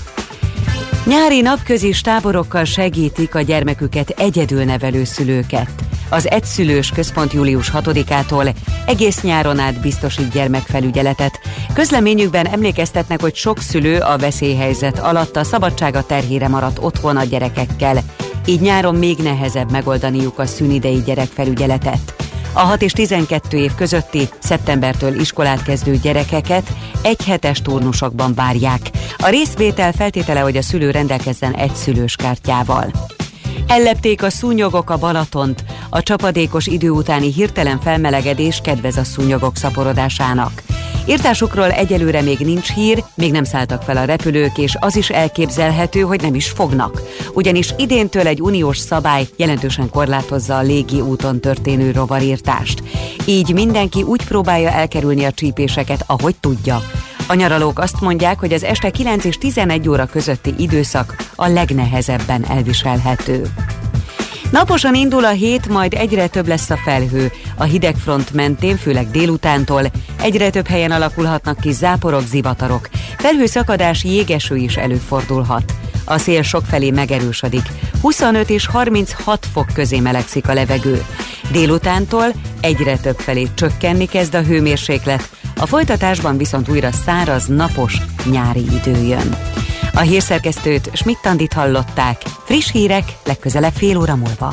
Nyári napközis táborokkal segítik a gyermeküket egyedül nevelő szülőket. Az Egyszülős Központ július 6-ától egész nyáron át biztosít gyermekfelügyeletet. Közleményükben emlékeztetnek, hogy sok szülő a veszélyhelyzet alatt a szabadsága terhére maradt otthon a gyerekekkel. Így nyáron még nehezebb megoldaniuk a szünidei gyerekfelügyeletet. A 6 és 12 év közötti szeptembertől iskolát kezdő gyerekeket egyhetes turnusokban várják. A részvétel feltétele, hogy a szülő rendelkezzen egyszülős kártyával. Ellepték a szúnyogok a Balatont. A csapadékos idő utáni hirtelen felmelegedés kedvez a szúnyogok szaporodásának. Irtásukról egyelőre még nincs hír, még nem szálltak fel a repülők, és az is elképzelhető, hogy nem is fognak. Ugyanis idéntől egy uniós szabály jelentősen korlátozza a légi úton történő rovarírtást. Így mindenki úgy próbálja elkerülni a csípéseket, ahogy tudja. A nyaralók azt mondják, hogy az este 9 és 11 óra közötti időszak a legnehezebben elviselhető. Naposan indul a hét, majd egyre több lesz a felhő. A hidegfront mentén, főleg délutántól egyre több helyen alakulhatnak ki záporok, zivatarok. Felhőszakadás, jégeső is előfordulhat. A szél sokfelé megerősödik. 25 és 36 fok közé melegszik a levegő. Délutántól egyre több felé csökkenni kezd a hőmérséklet. A folytatásban viszont újra száraz, napos, nyári idő jön. A hírszerkesztőt, Schmidt-Andit hallották. Friss hírek legközelebb fél óra múlva.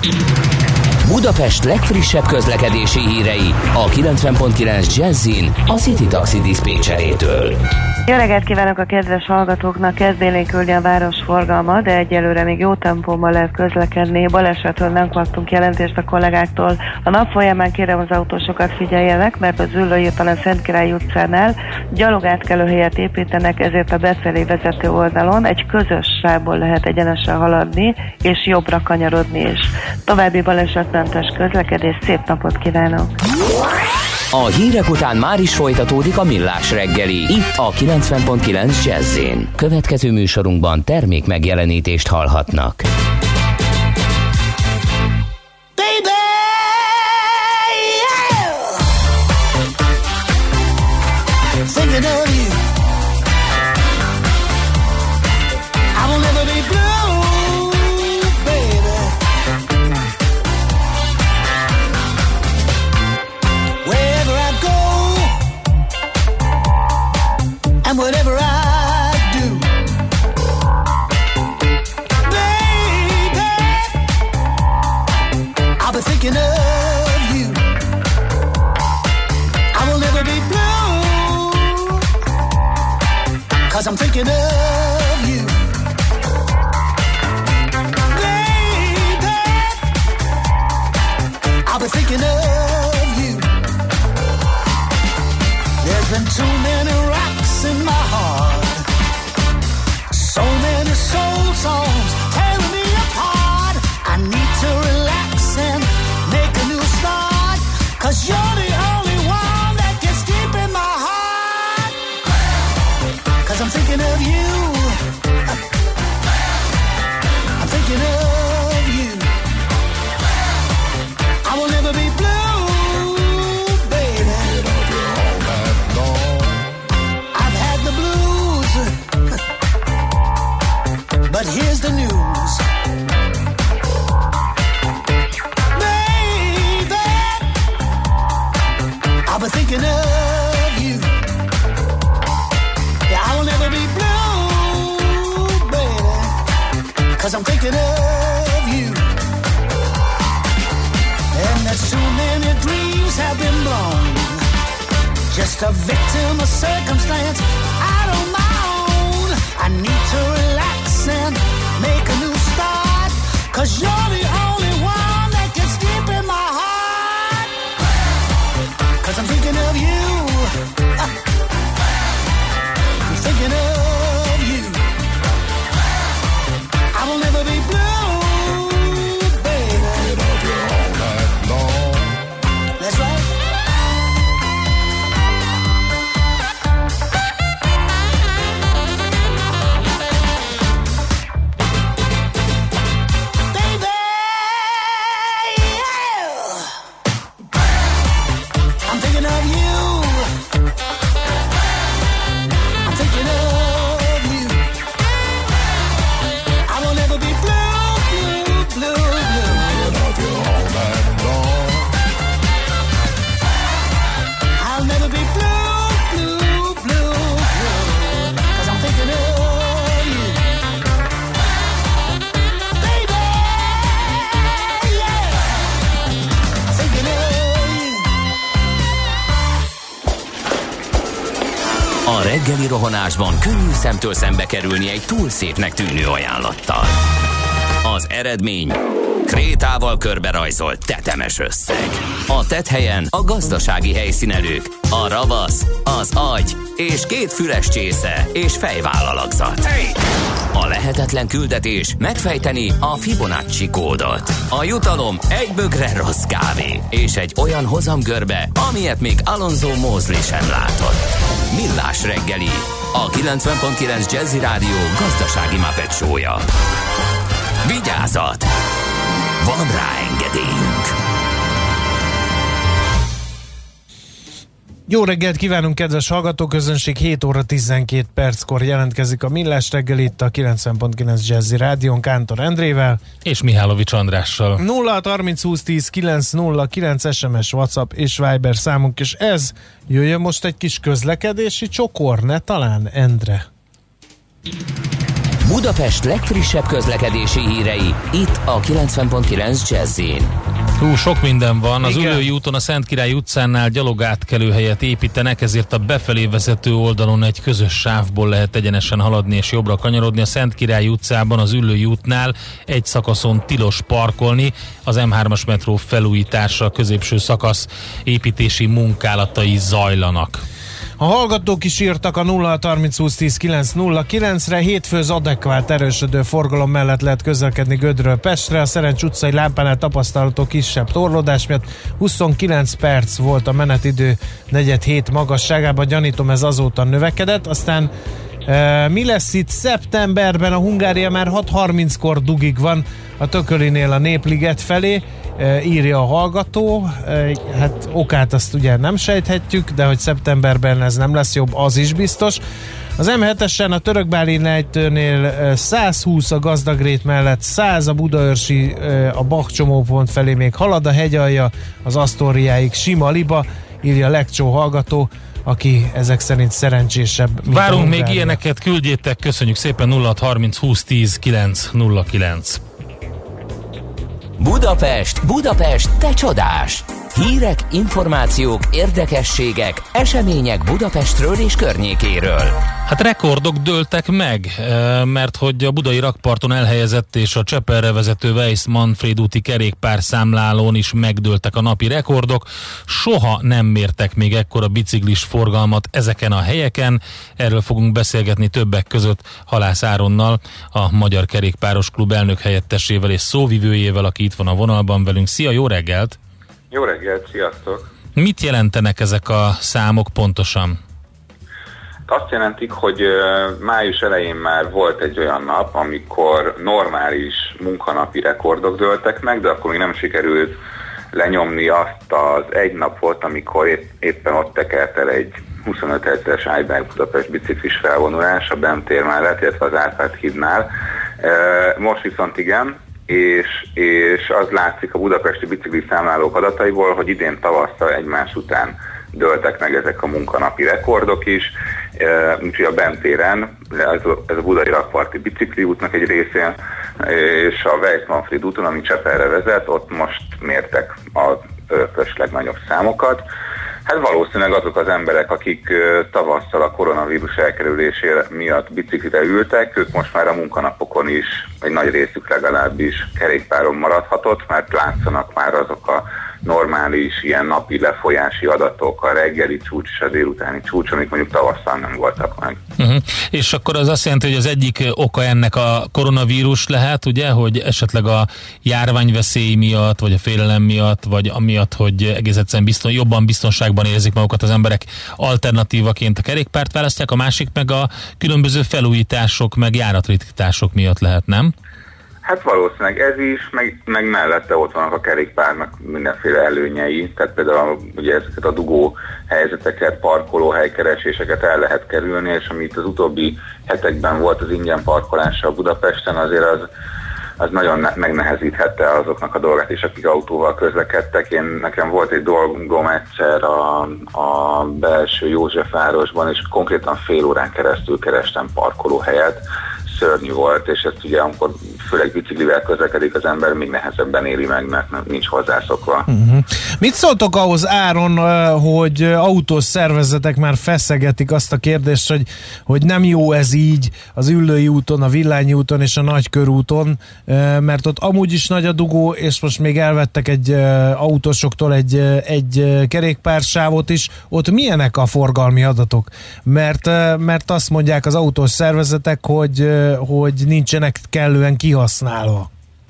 Budapest legfrissebb közlekedési hírei a 90.9 Jazzin a City Taxi diszpécserétől. Jó reggelt kívánok a kedves hallgatóknak! Kezd élénkülni a városforgalma, de egyelőre még jó tempóban lehet közlekedni. Balesetről nem kaptunk jelentést a kollégáktól. A nap folyamán kérem az autósokat figyeljenek, mert az Üllőírtalan Szentkirály utcánál gyalogátkelőhelyet építenek, ezért a befelé vezető oldalon egy közös sávból lehet egyenesen haladni, és jobbra kanyarodni is. További balesetmentes közlekedés, szép napot kívánok! A hírek után már is folytatódik a Millás reggeli, itt a 90.9 Jazz-én. Következő műsorunkban termék megjelenítést hallhatnak. Baby, yeah! Thinking of you, I will never be blue, baby. Wherever I go, and whatever I do, baby, I'll be thinking of you. I will never be blue, 'cause I'm thinking of you. Baby, I'll be thinking of you. There's been too many rocks in my heart, so many soul songs tearing me apart. I need to relax and make a new start, 'cause you're the only one that gets deep in my heart. 'Cause I'm thinking of you. I'm thinking of you. I will never be blue, baby. I've had the blues, but here's the news. Baby, I'll be thinking of you. Yeah, I will never be blue, baby, 'cause I'm thinking of you. And there's too many dreams have been blown, just a victim of circumstance out on my own. I need to relax and make a new start, 'cause you're the only one that gets deep in my heart. 'Cause I'm thinking of you. I'm thinking of you. I will never be blue, baby. A reggeli rohanásban könnyű szemtől szembe kerülni egy túl szépnek tűnő ajánlattal. Az eredmény krétával körberajzolt tetemes összeg. A tetthelyen a gazdasági helyszínelők, a ravasz, az agy és 2 füles csésze és fejvállalakzat. A lehetetlen küldetés megfejteni a Fibonacci kódot. A jutalom egy bögre rossz kávé és egy olyan hozamgörbe, amilyet még Alonso Mosley sem látott. Millás reggeli, a 90.9 Jazzy Rádió gazdasági Muppet show-ja. Vigyázat! Van rá engedélyünk! Jó reggelt kívánunk, kedves hallgatóközönség! 7 óra 12 perckor jelentkezik a Millás reggeli itt a 90.9 Jazzy Rádión Kántor Endrével és Mihálovics Andrással. 0-30 20 10 909 SMS, WhatsApp és Viber számunk, és ez jöjjön most egy kis közlekedési csokor, ne talán, Endre? Budapest legfrissebb közlekedési hírei, itt a 90.9 Jazzyn. Sok minden van. Az Igen. Üllői úton a Szentkirály utcánál gyalogátkelőhelyet építenek, ezért a befelé vezető oldalon egy közös sávból lehet egyenesen haladni és jobbra kanyarodni. A Szentkirály utcában az Üllői útnál egy szakaszon tilos parkolni. Az M3-as metró felújítása, középső szakasz építési munkálatai zajlanak. A hallgatók is írtak a 0-30 20 10 909-re. Hétfő az adekvát erősödő forgalom mellett lehet közlekedni Gödről Pestre. A Szerencs utcai lámpánál tapasztalható kisebb torlódás miatt 29 perc volt a menetidő 4-7 magasságában. Gyanítom, ez azóta növekedett. Aztán mi lesz itt szeptemberben? A Hungária már 6:30-kor dugig van a Tökölinél a Népliget felé, írja a hallgató. Hát okát azt ugye nem sejthetjük, de hogy szeptemberben ez nem lesz jobb, az is biztos. Az M7-esen a Törökbálin lejtőnél 120 a Gazdagrét mellett, 100 a Budaörsi, a Bach csomópont felé még halad, a hegyalja az Asztóriáig sima liba, írja Lekcsó hallgató, aki ezek szerint szerencsésebb, mint Várunk a még Hungária. ilyeneket, küldjétek, köszönjük szépen. 0-30 20 10 909. Budapest, Budapest, te csodás! Hírek, információk, érdekességek, események Budapestről és környékéről. Hát rekordok dőltek meg, mert hogy a budai rakparton elhelyezett és a Csepelre vezető Weiss-Manfréd úti kerékpárszámlálón is megdőltek a napi rekordok. Soha nem mértek még ekkora biciklis forgalmat ezeken a helyeken. Erről fogunk beszélgetni többek között Halász Áronnal, a Magyar Kerékpáros Klub elnök helyettesével és szóvivőjével, aki itt van a vonalban velünk. Szia, jó reggelt! Jó reggelt, sziasztok! Mit jelentenek ezek a számok pontosan? Azt jelentik, hogy május elején már volt egy olyan nap, amikor normális munkanapi rekordok dőltek meg, de akkor még nem sikerült lenyomni azt az egy napot, amikor éppen ott tekert el egy 25 ezres Ájberg Budapest biciklis felvonulás a BEM tér mellett, illetve az Árpád hídnál. Most viszont igen, és az látszik a budapesti biciklis számlálók adataiból, hogy idén tavasszal egymás után dőltek meg ezek a munkanapi rekordok is, úgyhogy a BEM téren, ez a budai rakparti bicikliútnak egy részén, és a Weiss-Manfréd úton, ami Csepelre vezet, ott most mértek az örökös legnagyobb számokat. Hát valószínűleg azok az emberek, akik tavasszal a koronavírus elkerülésére miatt biciklire ültek, ők most már a munkanapokon is, egy nagy részük legalábbis kerékpáron maradhatott, mert látszanak már azok a normális ilyen napi lefolyási adatok, a reggeli csúcs és a délutáni csúcs, amik mondjuk tavasszal nem voltak meg. És akkor az azt jelenti, hogy az egyik oka ennek a koronavírus lehet, ugye, hogy esetleg a járványveszély miatt, vagy a félelem miatt, vagy amiatt, hogy egész egyszerűen jobban biztonságban érzik magukat az emberek, alternatívaként a kerékpárt választják, a másik meg a különböző felújítások, meg járatritkítások miatt lehet, nem? Hát valószínűleg ez is, meg mellette ott vannak a kerékpárnak mindenféle előnyei, tehát például ugye ezeket a dugó helyzeteket, parkolóhelykereséseket el lehet kerülni, és amit az utóbbi hetekben volt az ingyen parkolással Budapesten, azért az nagyon megnehezíthette azoknak a dolgát is, akik autóval közlekedtek. Nekem volt egy dolgom egyszer a belső Józsefvárosban, és konkrétan fél órán keresztül kerestem parkolóhelyet, szörnyű volt, és ezt ugye amikor főleg biciklivel közlekedik az ember, még nehezebben éli meg, mert nincs hozzászokva. Mit szóltok ahhoz, Áron, hogy autós szervezetek már feszegetik azt a kérdést, hogy nem jó ez így az Üllői úton, a Villányi úton és a Nagykörúton, mert ott amúgy is nagy a dugó, és most még elvettek egy autósoktól egy kerékpársávot is. Ott milyenek a forgalmi adatok? Mert azt mondják az autós szervezetek, hogy nincsenek kellően kihasználva.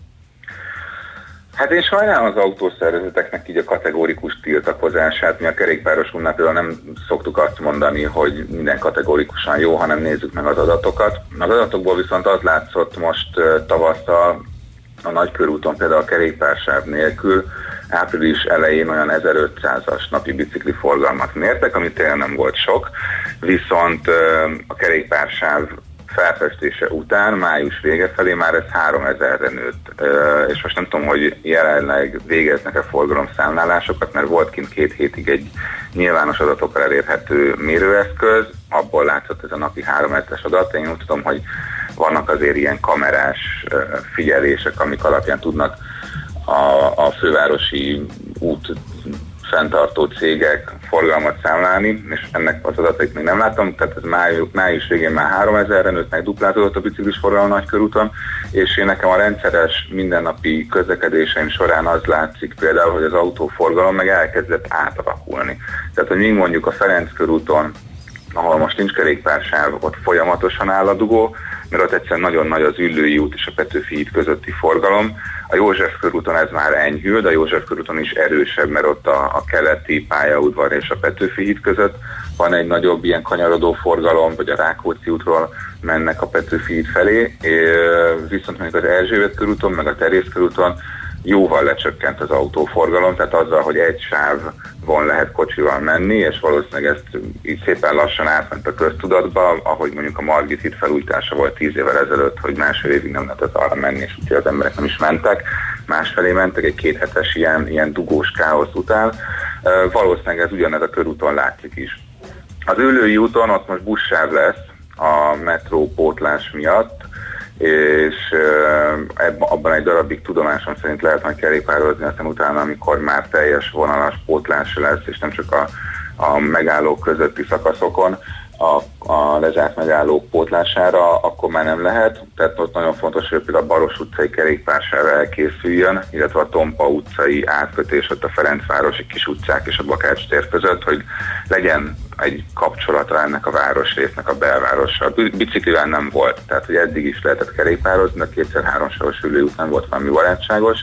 Hát én sajnálom az autószervezeteknek így a kategórikus tiltakozását. Mi a kerékpáros ünnepről nem szoktuk azt mondani, hogy minden kategórikusan jó, hanem nézzük meg az adatokat. Az adatokból viszont az látszott most tavasszal a Nagykörúton például a kerékpársáv nélkül április elején olyan 1500-as napi bicikli forgalmat mértek, ami tényleg nem volt sok, viszont a kerékpársáv felfestése után, május vége felé már ez 3000-re nőtt. És most nem tudom, hogy jelenleg végeznek-e forgalomszámlálásokat, mert volt kint 2 hétig egy nyilvános adatokkal elérhető mérőeszköz, abból látszott ez a napi 3000-es adat. Én úgy tudom, hogy vannak azért ilyen kamerás figyelések, amik alapján tudnak a fővárosi út fenntartó cégek forgalmat számlálni, és ennek az adatait még nem láttam, tehát ez május végén már 3000-re nőtt, megduplázódott a biciklis forgalom Nagykörúton, és én nekem a rendszeres mindennapi közlekedéseim során az látszik például, hogy az autóforgalom meg elkezdett átalakulni. Tehát, hogy még mondjuk a Ferenc körúton, ahol most nincs kerékpársáv, ott folyamatosan áll a dugó, mert ott egyszerűen nagyon nagy az Üllői út és a Petőfi híd közötti forgalom. A József körúton ez már enyhül, de a József körúton is erősebb, mert ott a keleti pályaudvar és a Petőfi híd között van egy nagyobb ilyen kanyarodó forgalom, vagy a Rákóczi útról mennek a Petőfi híd felé, viszont mondjuk az Erzsébet körúton, meg a Terész körúton jóval lecsökkent az autóforgalom, tehát azzal, hogy egy sávon lehet kocsival menni, és valószínűleg ezt így szépen lassan átment a köztudatba, ahogy mondjuk a Margit híd felújítása volt 10 évvel ezelőtt, hogy másfél évig nem lehetett arra menni, és úgyhogy az emberek nem is mentek, másfelé mentek egy 2 hetes ilyen dugós káosz után. Valószínűleg ez ugyanez a körúton látszik is. Az Üllői úton ott most buszsáv lesz a metró pótlás miatt, és abban egy darabig tudomásom szerint lehet majd kerékpározni, aztán utána, amikor már teljes vonalas pótlás lesz, és nem csak a megállók közötti szakaszokon, a lezárt megállók pótlására, akkor már nem lehet. Tehát ott nagyon fontos, hogy például a Baros utcai kerékpársáv elkészüljön, illetve a Tompa utcai átkötés ott a Ferencvárosi kis utcák és a Bakács tér között, hogy legyen egy kapcsolata ennek a városrésznek a belvárossal. Biciklivel nem volt, tehát hogy eddig is lehetett kerékpározni, de 2x3 soros Üllői út nem volt valami barátságos.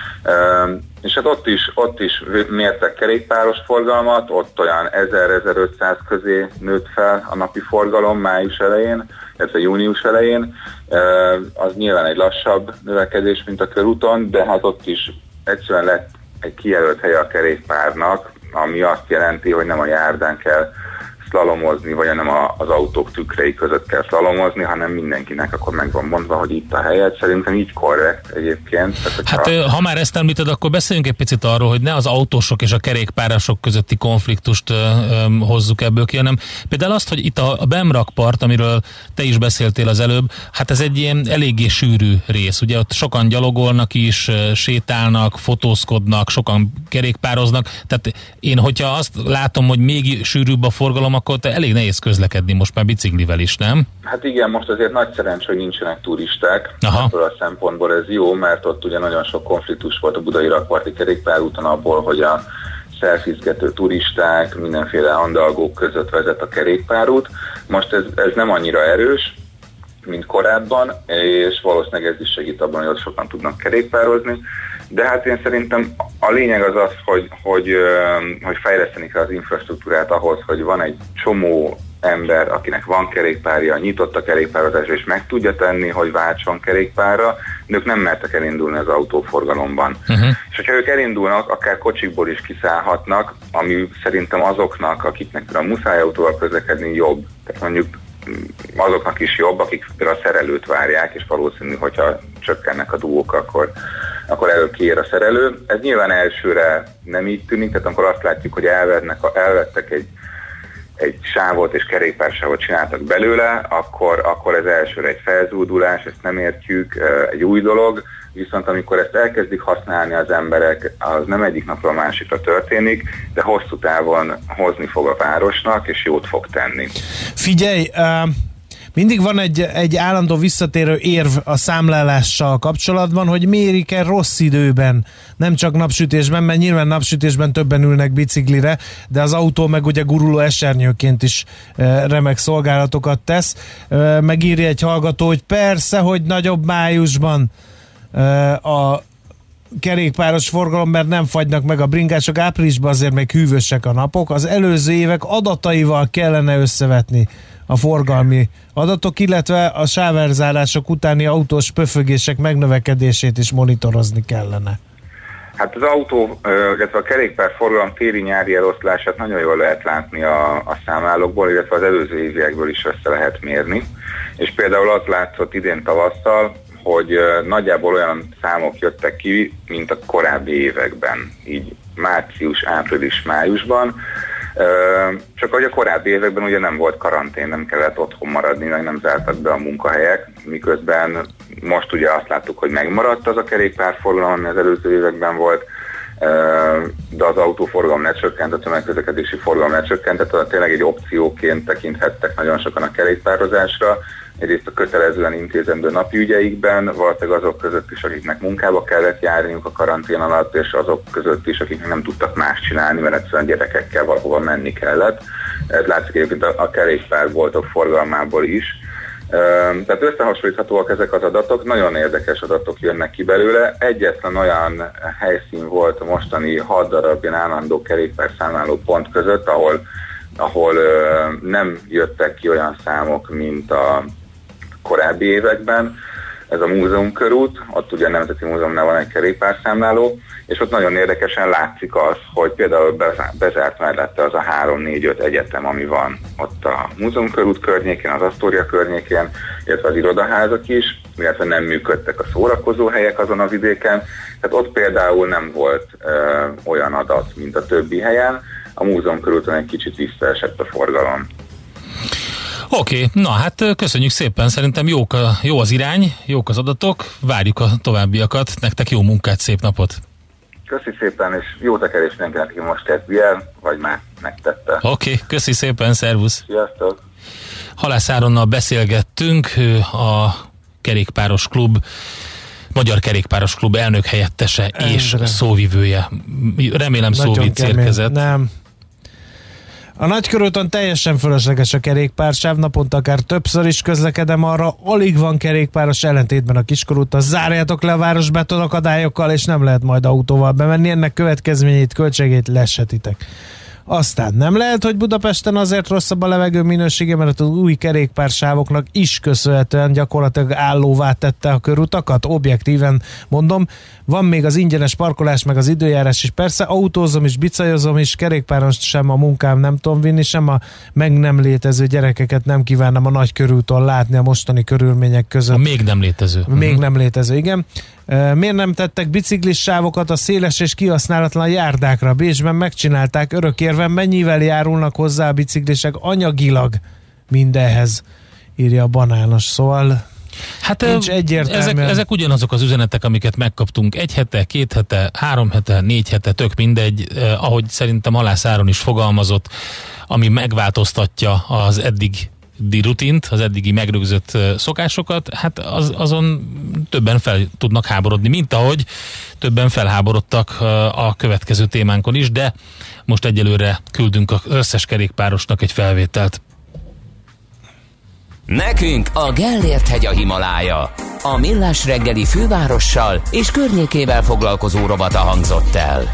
És hát ott is mértek kerékpáros forgalmat, ott olyan 1000-1500 közé nőtt fel a napi forgalom május elején, illetve június elején. Az nyilván egy lassabb növekedés, mint a körúton, de hát ott is egyszerűen lett egy kijelölt hely a kerékpárnak, ami azt jelenti, hogy nem a járdán kell szlalomozni, vagy nem az autók tükrei között kell szlalomozni, hanem mindenkinek akkor meg van mondva, hogy itt a helyet. Szerintem így korrekt egyébként. Tehát, ha már ezt említed, akkor beszéljünk egy picit arról, hogy ne az autósok és a kerékpárosok közötti konfliktust hozzuk ebből ki, hanem például azt, hogy itt a Bemrakpart, amiről te is beszéltél az előbb, hát ez egy ilyen eléggé sűrű rész. Ugye ott sokan gyalogolnak is, sétálnak, fotózkodnak, sokan kerékpároznak. Tehát én, hogyha azt látom, hogy még sűrűbb a forgalom, akkor elég nehéz közlekedni most már biciklivel is, nem? Hát igen, most azért nagy szerencs, hogy nincsenek turisták. Ebből a szempontból ez jó, mert ott ugye nagyon sok konfliktus volt a budai rakparti kerékpárúton abból, hogy a szelfizgető turisták, mindenféle andalgók között vezet a kerékpárút. Most ez nem annyira erős, mint korábban, és valószínűleg ez is segít abban, hogy ott sokan tudnak kerékpározni. De hát én szerintem a lényeg az az, hogy fejleszteni kell az infrastruktúrát ahhoz, hogy van egy csomó ember, akinek van kerékpárja, nyitott a kerékpározásra, és meg tudja tenni, hogy váltson kerékpárra, de ők nem mertek elindulni az autóforgalomban. És hogyha ők elindulnak, akár kocsikból is kiszállhatnak, ami szerintem azoknak, akiknek a muszáj autóval közlekedni jobb. Tehát mondjuk azoknak is jobb, akik a szerelőt várják, és valószínű, hogyha csökkennek a dugók, akkor elő kiér a szerelő. Ez nyilván elsőre nem így tűnik, tehát amikor azt látjuk, hogy elvettek egy sávot és kerékpársávot csináltak belőle, akkor ez elsőre egy felzúdulás, ezt nem értjük, egy új dolog, viszont amikor ezt elkezdik használni az emberek, az nem egyik napról a másikra történik, de hosszú távon hozni fog a városnak, és jót fog tenni. Figyelj, mindig van egy állandó visszatérő érv a számlálással kapcsolatban, hogy mérik-e rossz időben, nem csak napsütésben, mert nyilván napsütésben többen ülnek biciklire, de az autó meg ugye guruló esernyőként is remek szolgálatokat tesz. Megírja egy hallgató, hogy persze, hogy nagyobb májusban a kerékpáros forgalom, mert nem fagynak meg a bringások, áprilisban azért még hűvösek a napok. Az előző évek adataival kellene összevetni a forgalmi adatok, illetve a sávelzárások utáni autós pöfögések megnövekedését is monitorozni kellene. Hát az autó, illetve a kerékpárforgalom téli-nyári eloszlását nagyon jól lehet látni a számlálókból, illetve az előző évekből is össze lehet mérni. És például az látszott idén tavasszal, hogy nagyjából olyan számok jöttek ki, mint a korábbi években, így március, április, májusban. Csak hogy a korábbi években ugye nem volt karantén, nem kellett otthon maradni, nem zártak be a munkahelyek, miközben most ugye azt láttuk, hogy megmaradt az a kerékpárforgalom, ami az előző években volt, de az autóforgalom ne csökkent, a tömegközlekedési forgalom ne csökkent, tehát tényleg egy opcióként tekinthettek nagyon sokan a kerékpározásra, egyrészt a kötelezően intézendő napi ügyeikben, valószínűleg azok között is, akiknek munkába kellett járniuk a karantén alatt, és azok között is, akik nem tudtak más csinálni, mert egyszerűen gyerekekkel valahova menni kellett. Ez látszik egyébként a kerékpárboltok forgalmából is. Tehát összehasonlíthatóak ezek az adatok, nagyon érdekes adatok jönnek ki belőle. Egyetlen olyan helyszín volt a mostani 6 darab ilyen állandó kerékpárszámláló pont között, ahol nem jöttek ki olyan számok, mint a korábbi években. Ez a Múzeumkörút, ott ugye a Nemzeti Múzeumnál van egy kerékpárszámláló, és ott nagyon érdekesen látszik az, hogy például bezárt mellette az a 3-4-5 egyetem, ami van ott a Múzeumkörút környékén, az Asztória környékén, illetve az irodaházak is, illetve nem működtek a szórakozóhelyek azon a vidéken. Tehát ott például nem volt olyan adat, mint a többi helyen. A Múzeumkörúton egy kicsit visszaesett a forgalom. Oké, na hát köszönjük szépen, szerintem jó az irány, jók az adatok, várjuk a továbbiakat, nektek jó munkát, szép napot! Köszi szépen, és jó tekerés mindenkinek, aki most kezdi el, vagy már megtette. Oké, köszi szépen, szervusz! Sziasztok! Halász Áronnal beszélgettünk, a kerékpáros klub, Magyar Kerékpáros Klub elnök helyettese és szóvivője. Remélem szóvic érkezett. Nem. A Nagykörúton teljesen fölösleges a kerékpársáv, naponta akár többször is közlekedem arra, alig van kerékpáros, ellentétben a Kiskorúton. Zárjátok le a város betonakadályokkal, és nem lehet majd autóval bemenni, ennek következményét, költségét lesetitek. Aztán nem lehet, hogy Budapesten azért rosszabb a levegő minősége, mert az új kerékpársávoknak is köszönhetően gyakorlatilag állóvá tette a körutakat, objektíven mondom. Van még az ingyenes parkolás, meg az időjárás is. Persze autózom is, bicajozom is, kerékpáron sem a munkám nem tudom vinni, sem a meg nem létező gyerekeket nem kívánnám a Nagykörúton látni a mostani körülmények között. A még nem létező. Még nem létező, igen. Miért nem tettek biciklis sávokat a széles és kihasználatlan járdákra? Bécsben megcsinálták, örökérven mennyivel járulnak hozzá a biciklisek anyagilag mindenhez, írja a Banános. Szóval hát ezek ugyanazok az üzenetek, amiket megkaptunk 1 hete, 2 hete, 3 hete, 4 hete, tök mindegy, ahogy szerintem Halász Áron is fogalmazott, ami megváltoztatja az eddigi rutint, az eddigi megrögzött szokásokat, hát azon többen fel tudnak háborodni, mint ahogy többen felháborodtak a következő témánkon is, de most egyelőre küldünk az összes kerékpárosnak egy felvételt. Nekünk a Gellért-hegy a Himalája. A Millás reggeli fővárossal és környékével foglalkozó rovata hangzott el.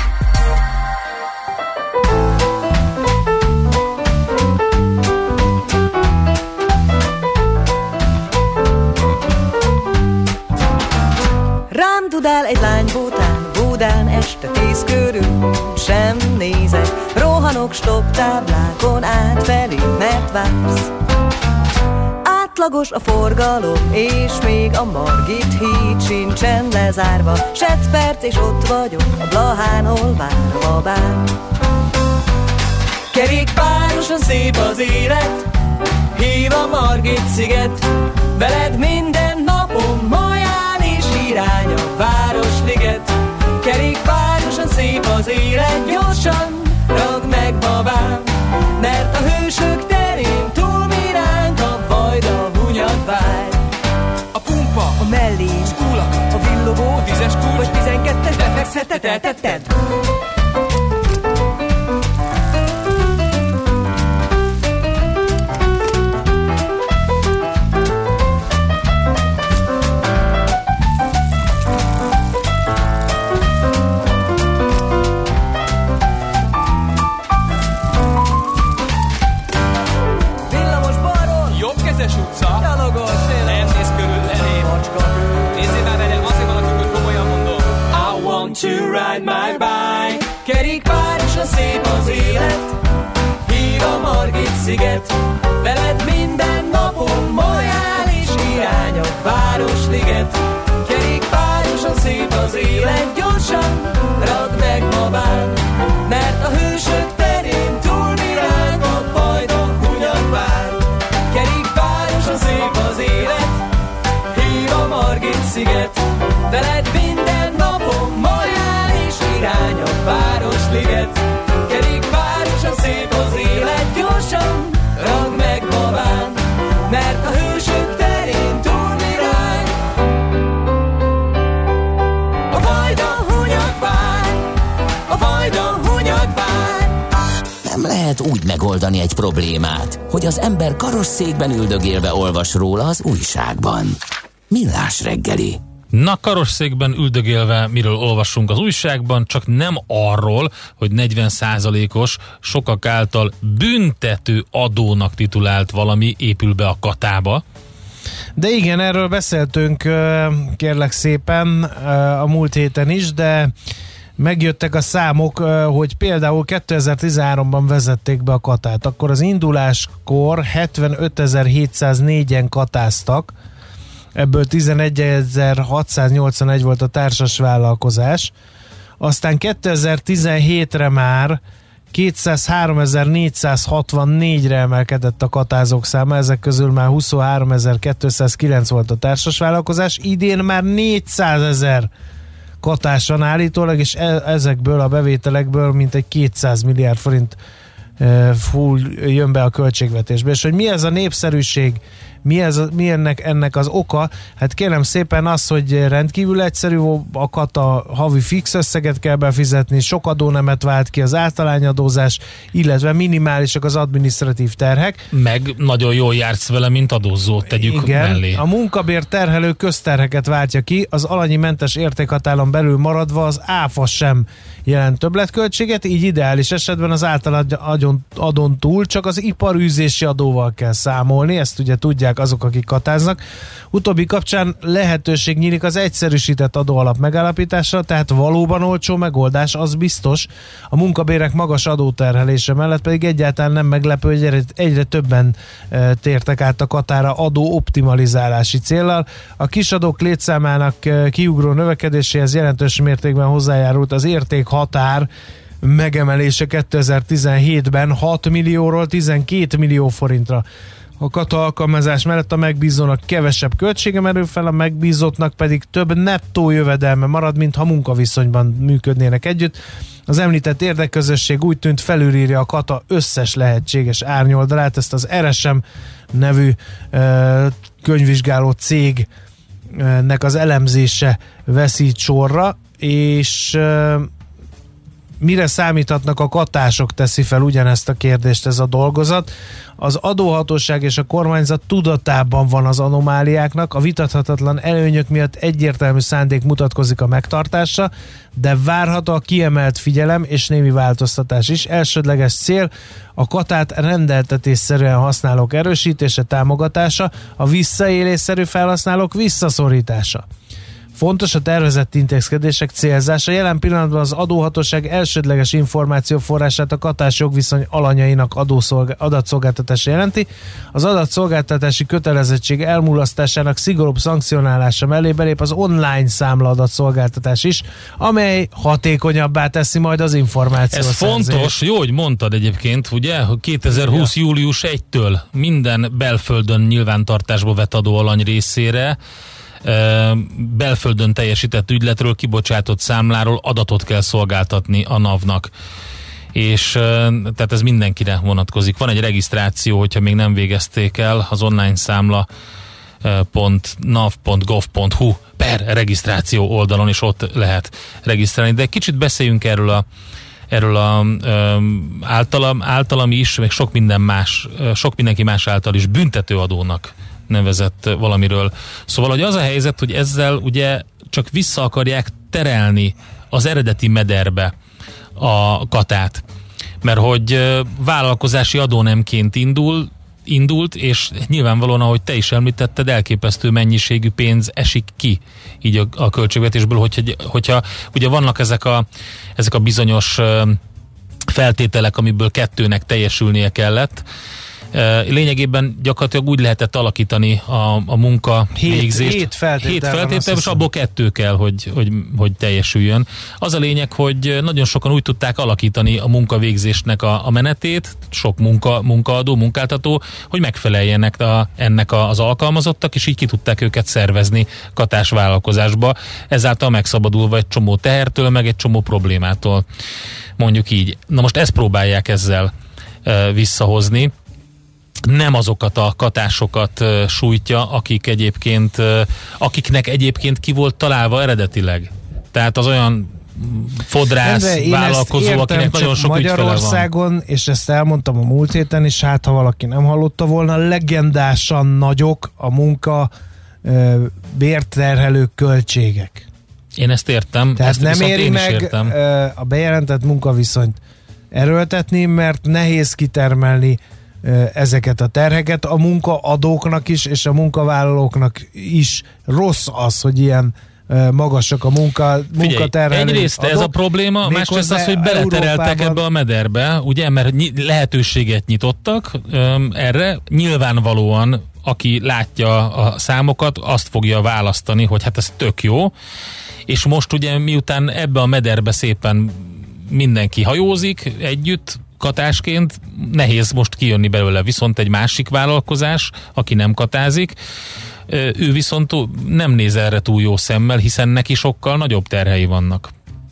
Rám dudál egy lány Búdán este 10 körül, sem nézek, rohanok stop táblákon átfelé, mert vársz. Átlagos a forgalom, és még a Margit híd sincsen lezárva, sec perc és ott vagyok, a Blahán, hol vár a babám. Kerékpáros városon szép az élet, hív a Margit sziget, veled minden napon Maján és irány a Városliget. Kerékpárosan szép az élet, gyorsan ragd meg babám, mert a hősök terén túl miránk a Vajda Hunyadvágy. A pumpa, a mellés, kúlakat, a villogó, tízes kulcs, vagy 12-es befekhetetted. To ride my bike. Kerékpárosan szép az élet, hív a Margit sziget, veled minden napon Maján és irány a Városliget. Kerékpárosan szép az élet, gyorsan ragd meg babám, mert a hősök terén túl miránk a Vajda Hunyadvágy. Kerékpárosan szép az élet, hív a Margit sziget, veled minden napon Maján és irány a Városliget. Kerékpárosan szép az élet, gyorsan ragd meg babám, mert a hősök terén túl virág a Vajda Hunyadvágy, a Vajda Hunyadvágy. Nem lehet úgy megoldani egy problémát, hogy az ember karosszékben üldögélve olvas róla az újságban. Millás reggeli. Na, karosszékben üldögélve miről olvassunk az újságban, csak nem arról, hogy 40%-os, sokak által büntető adónak titulált valami épül be a katába. De igen, erről beszéltünk kérlek szépen a múlt héten is, de megjöttek a számok, hogy például 2013-ban vezették be a katát, akkor az induláskor 75.704-en katáztak, ebből 11.681 volt a társas vállalkozás, aztán 2017-re már 203.464-re emelkedett a katázók száma, ezek közül már 23.209 volt a társas vállalkozás, idén már 400.000 katásan állítólag, és ezekből a bevételekből mintegy 200 milliárd forint jön be a költségvetésbe. És hogy mi ez a népszerűség, mi ennek az oka? Hát kérem szépen az, hogy rendkívül egyszerű a kata, havi fix összeget kell befizetni, sok adónemet vált ki az általányadózás, illetve minimálisak az adminisztratív terhek. Meg nagyon jól jársz vele, mint adózó, tegyük mellé. A munkabér terhelő közterheket váltja ki, az alanyi mentes értékhatáron belül maradva az áfa sem jelent többletköltséget, így ideális esetben az adón túl csak az iparűzési adóval kell számolni, ezt ugye tudják azok, akik katáznak. Utóbbi kapcsán lehetőség nyílik az egyszerűsített adóalap megállapításra, tehát valóban olcsó megoldás, az biztos. A munkabérek magas adóterhelése mellett pedig egyáltalán nem meglepő, hogy egyre többen tértek át a katára adó optimalizálási céllal. A kisadók létszámának kiugró növekedéséhez jelentős mértékben hozzájárult az értékhatár megemelése 2017-ben 6 millióról 12 millió forintra. A kata alkalmazás mellett a megbízónak kevesebb költsége merül fel, a megbízottnak pedig több nettó jövedelme marad, mintha munkaviszonyban működnének együtt. Az említett érdekközösség úgy tűnt felülírja a kata összes lehetséges árnyoldalát, ezt az RSM nevű könyvvizsgáló cégnek az elemzése veszít sorra, és mire számíthatnak a katások, teszi fel ugyanezt a kérdést ez a dolgozat. Az adóhatóság és a kormányzat tudatában van az anomáliáknak, a vitathatatlan előnyök miatt egyértelmű szándék mutatkozik a megtartásra, de várható a kiemelt figyelem és némi változtatás is. Elsődleges cél a katát rendeltetésszerűen használók erősítése, támogatása, a visszaélésszerű felhasználók visszaszorítása. Fontos a tervezett intézkedések célzása. Jelen pillanatban az adóhatóság elsődleges információforrását a katás jogviszony alanyainak adatszolgáltatása jelenti. Az adatszolgáltatási kötelezettség elmulasztásának szigorúbb szankcionálása mellé belép az online számla adatszolgáltatás is, amely hatékonyabbá teszi majd az információt. Ez fontos, jó, hogy mondtad egyébként, ugye, hogy 2020. július 1-től minden belföldön nyilvántartásba vett adóalany részére belföldön teljesített ügyletről, kibocsátott számláról adatot kell szolgáltatni a NAV-nak. És tehát ez mindenkire vonatkozik. Van egy regisztráció, hogyha még nem végezték el, az online számla .nav.gov.hu per regisztráció oldalon, és ott lehet regisztrálni. De kicsit beszéljünk erről általam is, meg sok mindenki más által is büntetőadónak nevezett valamiről. Szóval, hogy az a helyzet, hogy ezzel ugye csak vissza akarják terelni az eredeti mederbe a katát. Mert hogy vállalkozási adónemként indult, és nyilvánvalóan, ahogy te is említetted, elképesztő mennyiségű pénz esik ki így a költségvetésből, hogyha ugye vannak ezek a bizonyos feltételek, amiből 2-nek teljesülnie kellett. Lényegében gyakorlatilag úgy lehetett alakítani a munka végzést. 7 feltétel, és abból 2 kell, hogy teljesüljön. Az a lényeg, hogy nagyon sokan úgy tudták alakítani a munkavégzésnek a menetét, sok munkaadó, munkáltató, hogy megfeleljenek ennek az alkalmazottak, és így ki tudták őket szervezni katás vállalkozásba, ezáltal megszabadulva egy csomó tehertől, meg egy csomó problémától. Mondjuk így. Na most ezt próbálják ezzel visszahozni. Nem azokat a katásokat sújtja, akiknek egyébként ki volt találva eredetileg. Tehát az olyan fodrász vállalkozó, akinek nagyon sok ügyfele van. Magyarországon, és ezt elmondtam a múlt héten is, hát ha valaki nem hallotta volna, legendásan nagyok a munka bérterhelő költségek. Én ezt értem. Tehát ezt nem éri meg értem. A bejelentett munkaviszonyt erőltetni, mert nehéz kitermelni ezeket a terheket. A munkaadóknak is, és a munkavállalóknak is rossz az, hogy ilyen magasak a munkaterhelő. Egyrészt ez a probléma, másrészt az, hogy beletereltek ebbe a mederbe, ugye, mert lehetőséget nyitottak erre. Nyilvánvalóan, aki látja a számokat, azt fogja választani, hogy hát ez tök jó. És most ugye miután ebbe a mederbe szépen mindenki hajózik együtt, katásként, nehéz most kijönni belőle. Viszont egy másik vállalkozás, aki nem katázik, ő viszont nem néz erre túl jó szemmel, hiszen neki sokkal nagyobb terhei vannak.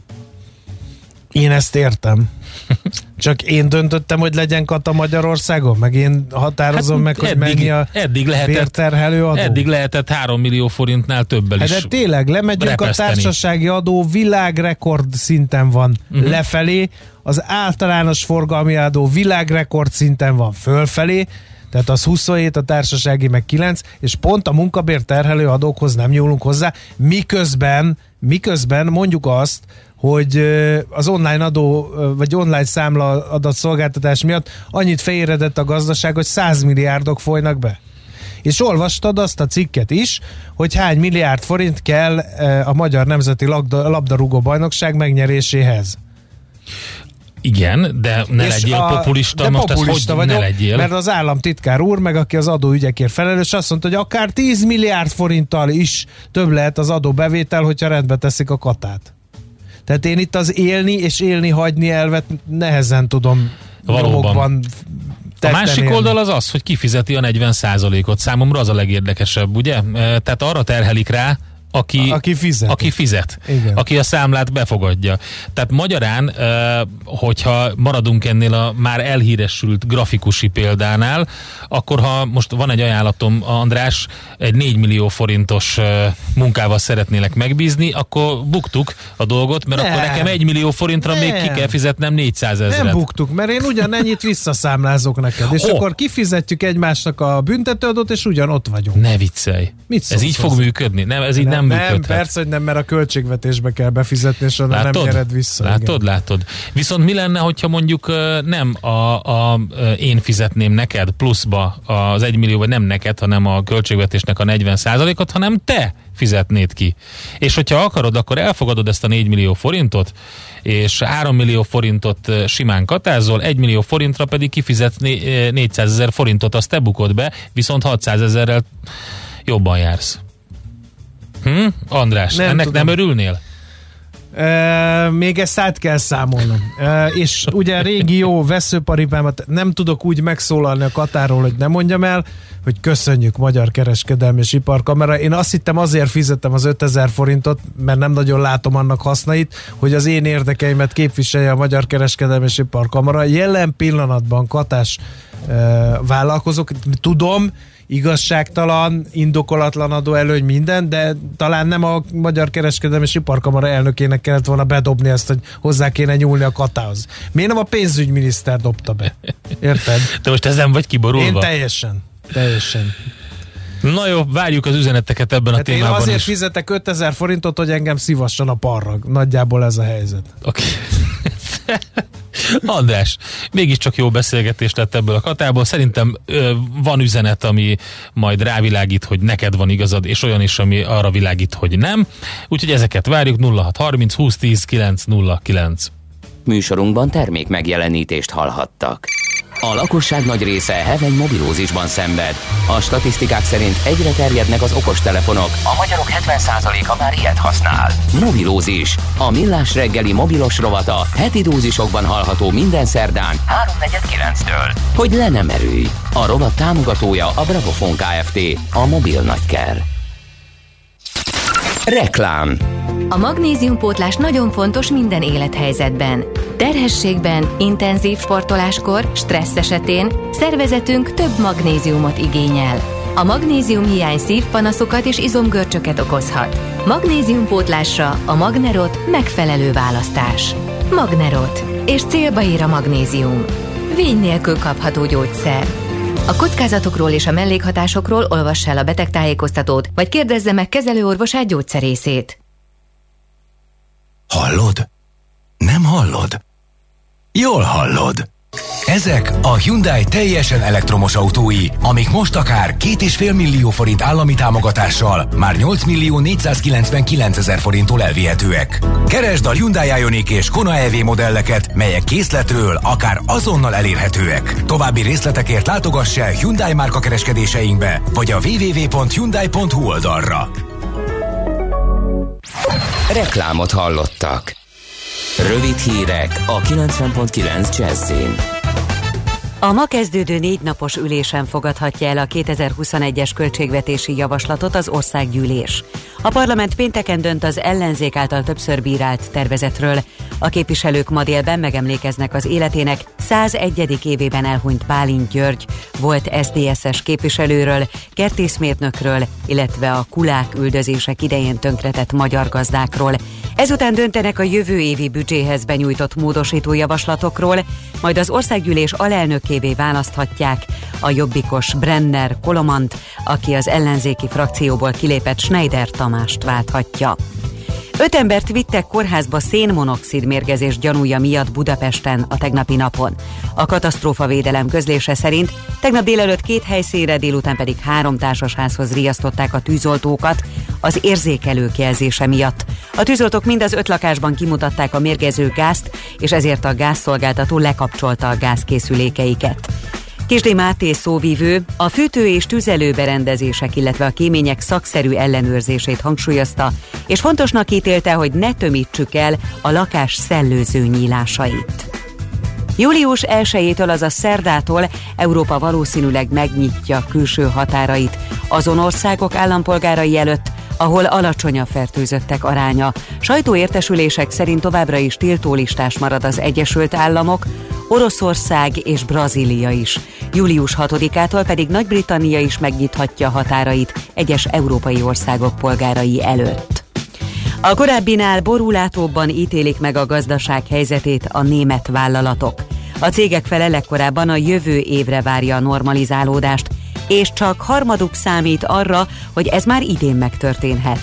Én ezt értem. Csak én döntöttem, hogy legyen kata Magyarországon, meg én határozom meg, hogy mennyi a bérterhelő adó. Eddig lehetett 3 millió forintnál többel is. De tényleg, lemegyünk repeszteni. A társasági adó világrekord szinten van lefelé, az általános forgalmi adó világrekord szinten van fölfelé, tehát az 27, a társasági meg 9, és pont a munkabérterhelő adókhoz nem nyúlunk hozzá, miközben mondjuk azt, hogy az online adó, vagy online számla adatszolgáltatás miatt annyit feléredett a gazdaság, hogy 100 milliárdok folynak be. És olvastad azt a cikket is, hogy hány milliárd forint kell a Magyar Nemzeti Labdarúgó Bajnokság megnyeréséhez. Igen, de ne legyél populista, most populista vagyok, ne legyél. Mert az államtitkár úr, meg aki az adóügyekért felelős, azt mondta, hogy akár 10 milliárd forinttal is több lehet az adóbevétel, hogyha rendbe teszik a katát. Tehát én itt az élni és élni hagyni elvet nehezen tudom valóban. A másik oldal az, hogy kifizeti a 40%-ot. Számomra az a legérdekesebb, ugye? Tehát arra terhelik rá, aki fizet. Aki a számlát befogadja. Tehát magyarán, hogyha maradunk ennél a már elhíresült grafikusi példánál, akkor ha most van egy ajánlatom, András, egy 4 millió forintos munkával szeretnélek megbízni, akkor buktuk a dolgot, mert akkor nekem 1 millió forintra még ki kell fizetnem 400 000. Nem buktuk, mert én ugyanennyit visszaszámlázok neked, és akkor kifizetjük egymásnak a büntetőadót, és ugyanott vagyunk. Ne viccelj. Ez így fog működni? Nem, ez így nem nem működhet. Nem, persze, hogy nem, mert a költségvetésbe kell befizetni, és onnan nem nyered vissza. Látod. Viszont mi lenne, hogyha mondjuk nem én fizetném neked pluszba az 1 millió, vagy nem neked, hanem a költségvetésnek a 40%-ot, hanem te fizetnéd ki. És hogyha akarod, akkor elfogadod ezt a 4 millió forintot, és 3 millió forintot simán katázol, 1 millió forintra pedig kifizetsz 400 000 forintot, azt te bukod be, viszont 600 000-rel jobban jársz. András, ennek tudom. Nem örülnél? Még ezt át kell számolnom. És ugye régi jó veszőparipámat nem tudok úgy megszólalni a Katáról, hogy ne mondjam el, hogy köszönjük Magyar Kereskedelmi és Iparkamera. Én azt hittem, azért fizettem az 5000 forintot, mert nem nagyon látom annak hasznait, hogy az én érdekeimet képviselje a Magyar Kereskedelmi és Iparkamera. Jelen pillanatban katás vállalkozók, tudom, igazságtalan, indokolatlan adóelőny minden, de talán nem a Magyar Kereskedelmi és Iparkamara elnökének kellett volna bedobni ezt, hogy hozzá kéne nyúlni a katához. Miért nem a pénzügyminiszter dobta be? Érted? De most ezen vagy kiborulva? Én teljesen. Na jó, várjuk az üzeneteket ebben a témában. Én azért fizetek 5000 forintot, hogy engem szívasson a parrag. Nagyjából ez a helyzet. Oké. András, mégiscsak jó beszélgetés lett ebből a Katából. Szerintem van üzenet, ami majd rávilágít, hogy neked van igazad, és olyan is, ami arra világít, hogy nem. Úgyhogy ezeket várjuk. 0630 2010 909. Műsorunkban termék megjelenítést hallhattak. A lakosság nagy része heveny mobilózisban szenved. A statisztikák szerint egyre terjednek az okostelefonok. A magyarok 70%-a már ilyet használ. Mobilózis. A Millás reggeli mobilos rovata heti dózisokban hallható minden szerdán 3:49-től. Hogy le nem erőj. A rovat támogatója a Bravofon Kft. A mobil nagyker. Reklám. A magnéziumpótlás nagyon fontos minden élethelyzetben. Terhességben, intenzív sportoláskor, stressz esetén szervezetünk több magnéziumot igényel. A magnézium hiány szívpanaszokat és izomgörcsöket okozhat. Magnéziumpótlásra a Magnerot megfelelő választás. Magnerot. És célba ér a magnézium. Vény nélkül kapható gyógyszer. A kockázatokról és a mellékhatásokról olvass el a betegtájékoztatót, vagy kérdezze meg kezelőorvosát, gyógyszerészét. Hallod? Nem hallod? Jól hallod! Ezek a Hyundai teljesen elektromos autói, amik most akár 2,5 millió forint állami támogatással már 8 millió 499 000 forinttól elvihetőek. Keresd a Hyundai Ioniq és Kona EV modelleket, melyek készletről akár azonnal elérhetőek. További részletekért látogass el Hyundai márka kereskedéseinkbe, vagy a www.hyundai.hu oldalra. Reklámot hallottak. Rövid hírek a 90.9 Jazzin. A ma kezdődő 4 napos ülésen fogadhatja el a 2021-es költségvetési javaslatot az országgyűlés. A parlament pénteken dönt az ellenzék által többször bírált tervezetről. A képviselők ma délben megemlékeznek az életének 101. évében elhunyt Bálint György, volt SZDSZ-es képviselőről, kertészmérnökről, illetve a kulák üldözések idején tönkretett magyar gazdákról. Ezután döntenek a jövő évi büdzséhez benyújtott módosító javaslatokról, majd az országgyűlés alelnökévé választhatják a jobbikos Brenner Kolomant, aki az ellenzéki frakcióból kilépett Schneider Tamást válthatja. 5 embert vittek kórházba szénmonoxid mérgezés gyanúja miatt Budapesten a tegnapi napon. A katasztrófavédelem közlése szerint tegnap délelőtt 2 helyszínre, délután pedig 3 társasházhoz riasztották a tűzoltókat az érzékelők jelzése miatt. A tűzoltók mind az 5 lakásban kimutatták a mérgező gázt, és ezért a gázszolgáltató lekapcsolta a gázkészülékeiket. Kisdé Máté szóvivő a fűtő- és tüzelőberendezések, illetve a kémények szakszerű ellenőrzését hangsúlyozta, és fontosnak ítélte, hogy ne tömítsük el a lakás szellőző nyílásait. Július 1-től, azaz szerdától Európa valószínűleg megnyitja külső határait azon országok állampolgárai előtt, ahol alacsony a fertőzöttek aránya. Sajtóértesülések szerint továbbra is tiltólistás marad az Egyesült Államok, Oroszország és Brazília is. Július 6-ától pedig Nagy-Britannia is megnyithatja határait egyes európai országok polgárai előtt. A korábbinál borulátóbban ítélik meg a gazdaság helyzetét a német vállalatok. A cégek fele legkorábban a jövő évre várja a normalizálódást, és csak harmaduk számít arra, hogy ez már idén megtörténhet.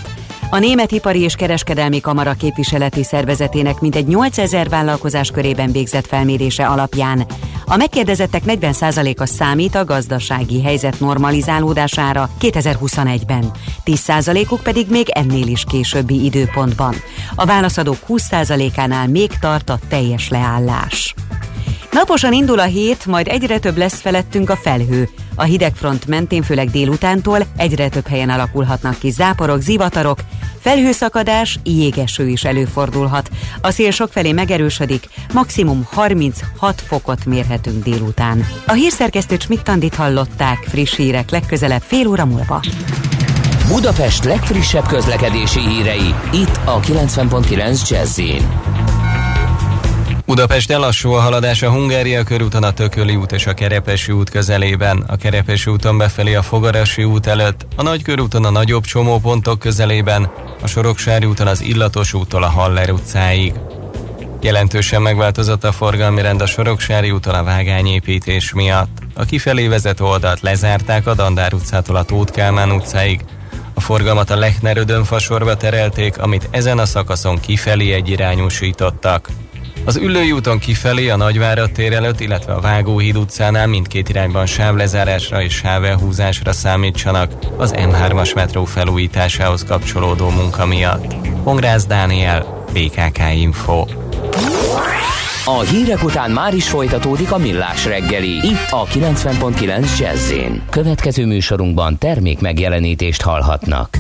A Német Ipari és Kereskedelmi Kamara képviseleti szervezetének mintegy 8000 vállalkozás körében végzett felmérése alapján a megkérdezettek 40%-a számít a gazdasági helyzet normalizálódására 2021-ben, 10%-uk pedig még ennél is későbbi időpontban. A válaszadók 20%-ánál még tart a teljes leállás. Naposan indul a hét, majd egyre több lesz felettünk a felhő. A hidegfront mentén főleg délutántól egyre több helyen alakulhatnak ki záporok, zivatarok, felhőszakadás, jégeső is előfordulhat. A szél sokfelé megerősödik, maximum 36 fokot mérhetünk délután. A hírszerkesztő Schmidt-Tandit hallották, friss hírek legközelebb fél óra múlva. Budapest legfrissebb közlekedési hírei, itt a 90.9 Jazz-in. Budapesten lassú a haladás a Hungária körúton, a Tököli út és a Kerepesi út közelében, a Kerepesi úton befelé a Fogarasi út előtt, a Nagykörúton a nagyobb csomópontok közelében, a Soroksári úton az Illatos úttól a Haller utcáig. Jelentősen megváltozott a forgalmi rend a Soroksári úton a vágányépítés miatt. A kifelé vezető oldalt lezárták a Dandár utcától a Tóth Kálmán utcáig. A forgalmat a Lechner-Ödön fasorba terelték, amit ezen a szakaszon kifelé egyirányúsítottak. Az Üllői úton kifelé a Nagyvárad tér előtt, illetve a Vágóhíd utcánál mindkét irányban sávlezárásra és sávelhúzásra számítsanak az M3-as metró felújításához kapcsolódó munka miatt. Pongrász Dániel, BKK Info. A hírek után már is folytatódik a Millás reggeli, itt a 90.9 Jazz-in. Következő műsorunkban termék megjelenítést hallhatnak.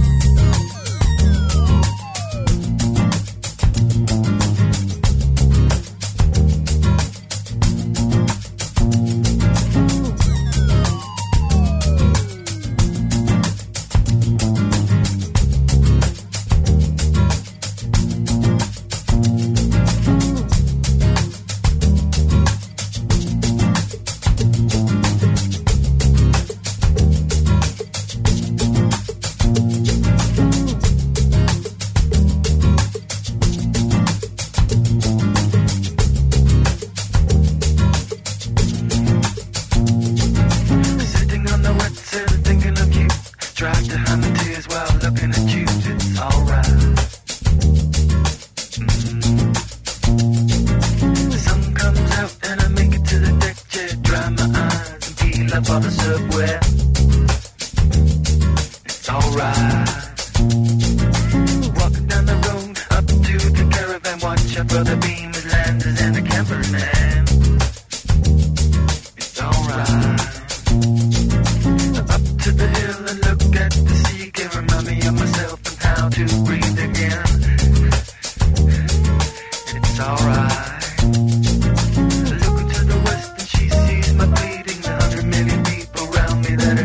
Looking to the west and she sees my bleeding. 100 million people around me that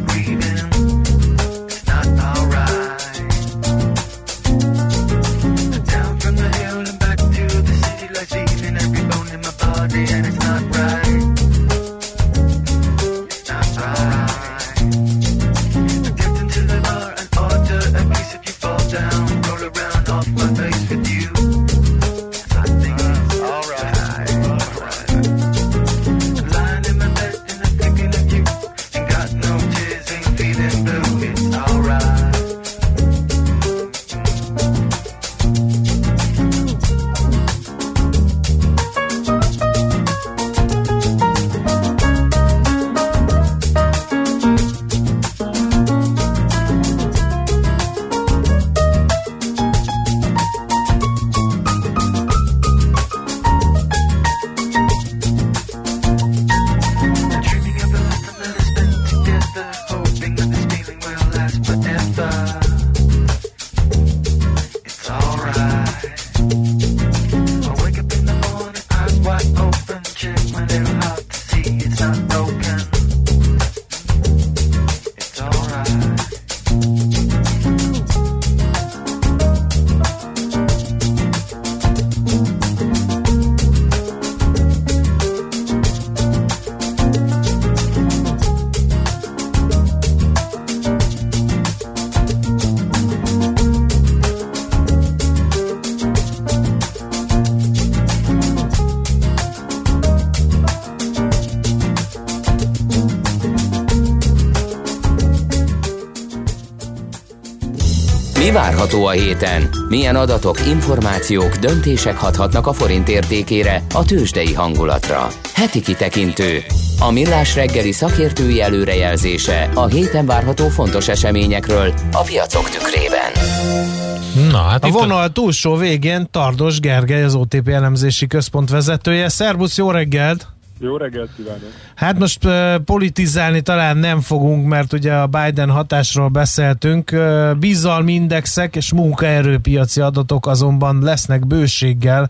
várható a héten? Milyen adatok, információk, döntések hathatnak a forint értékére, a tőzsdei hangulatra? Heti kitekintő. A Millás reggeli szakértői előrejelzése a héten várható fontos eseményekről a piacok tükrében. Na, hát a vonal túlsó végén Tardos Gergely, az OTP elemzési központ vezetője. Szerbusz, jó reggelt! Jó reggelt kívánok! Hát most politizálni talán nem fogunk, mert ugye a Biden hatásról beszéltünk. Bizalmi indexek és munkaerőpiaci adatok azonban lesznek bőséggel.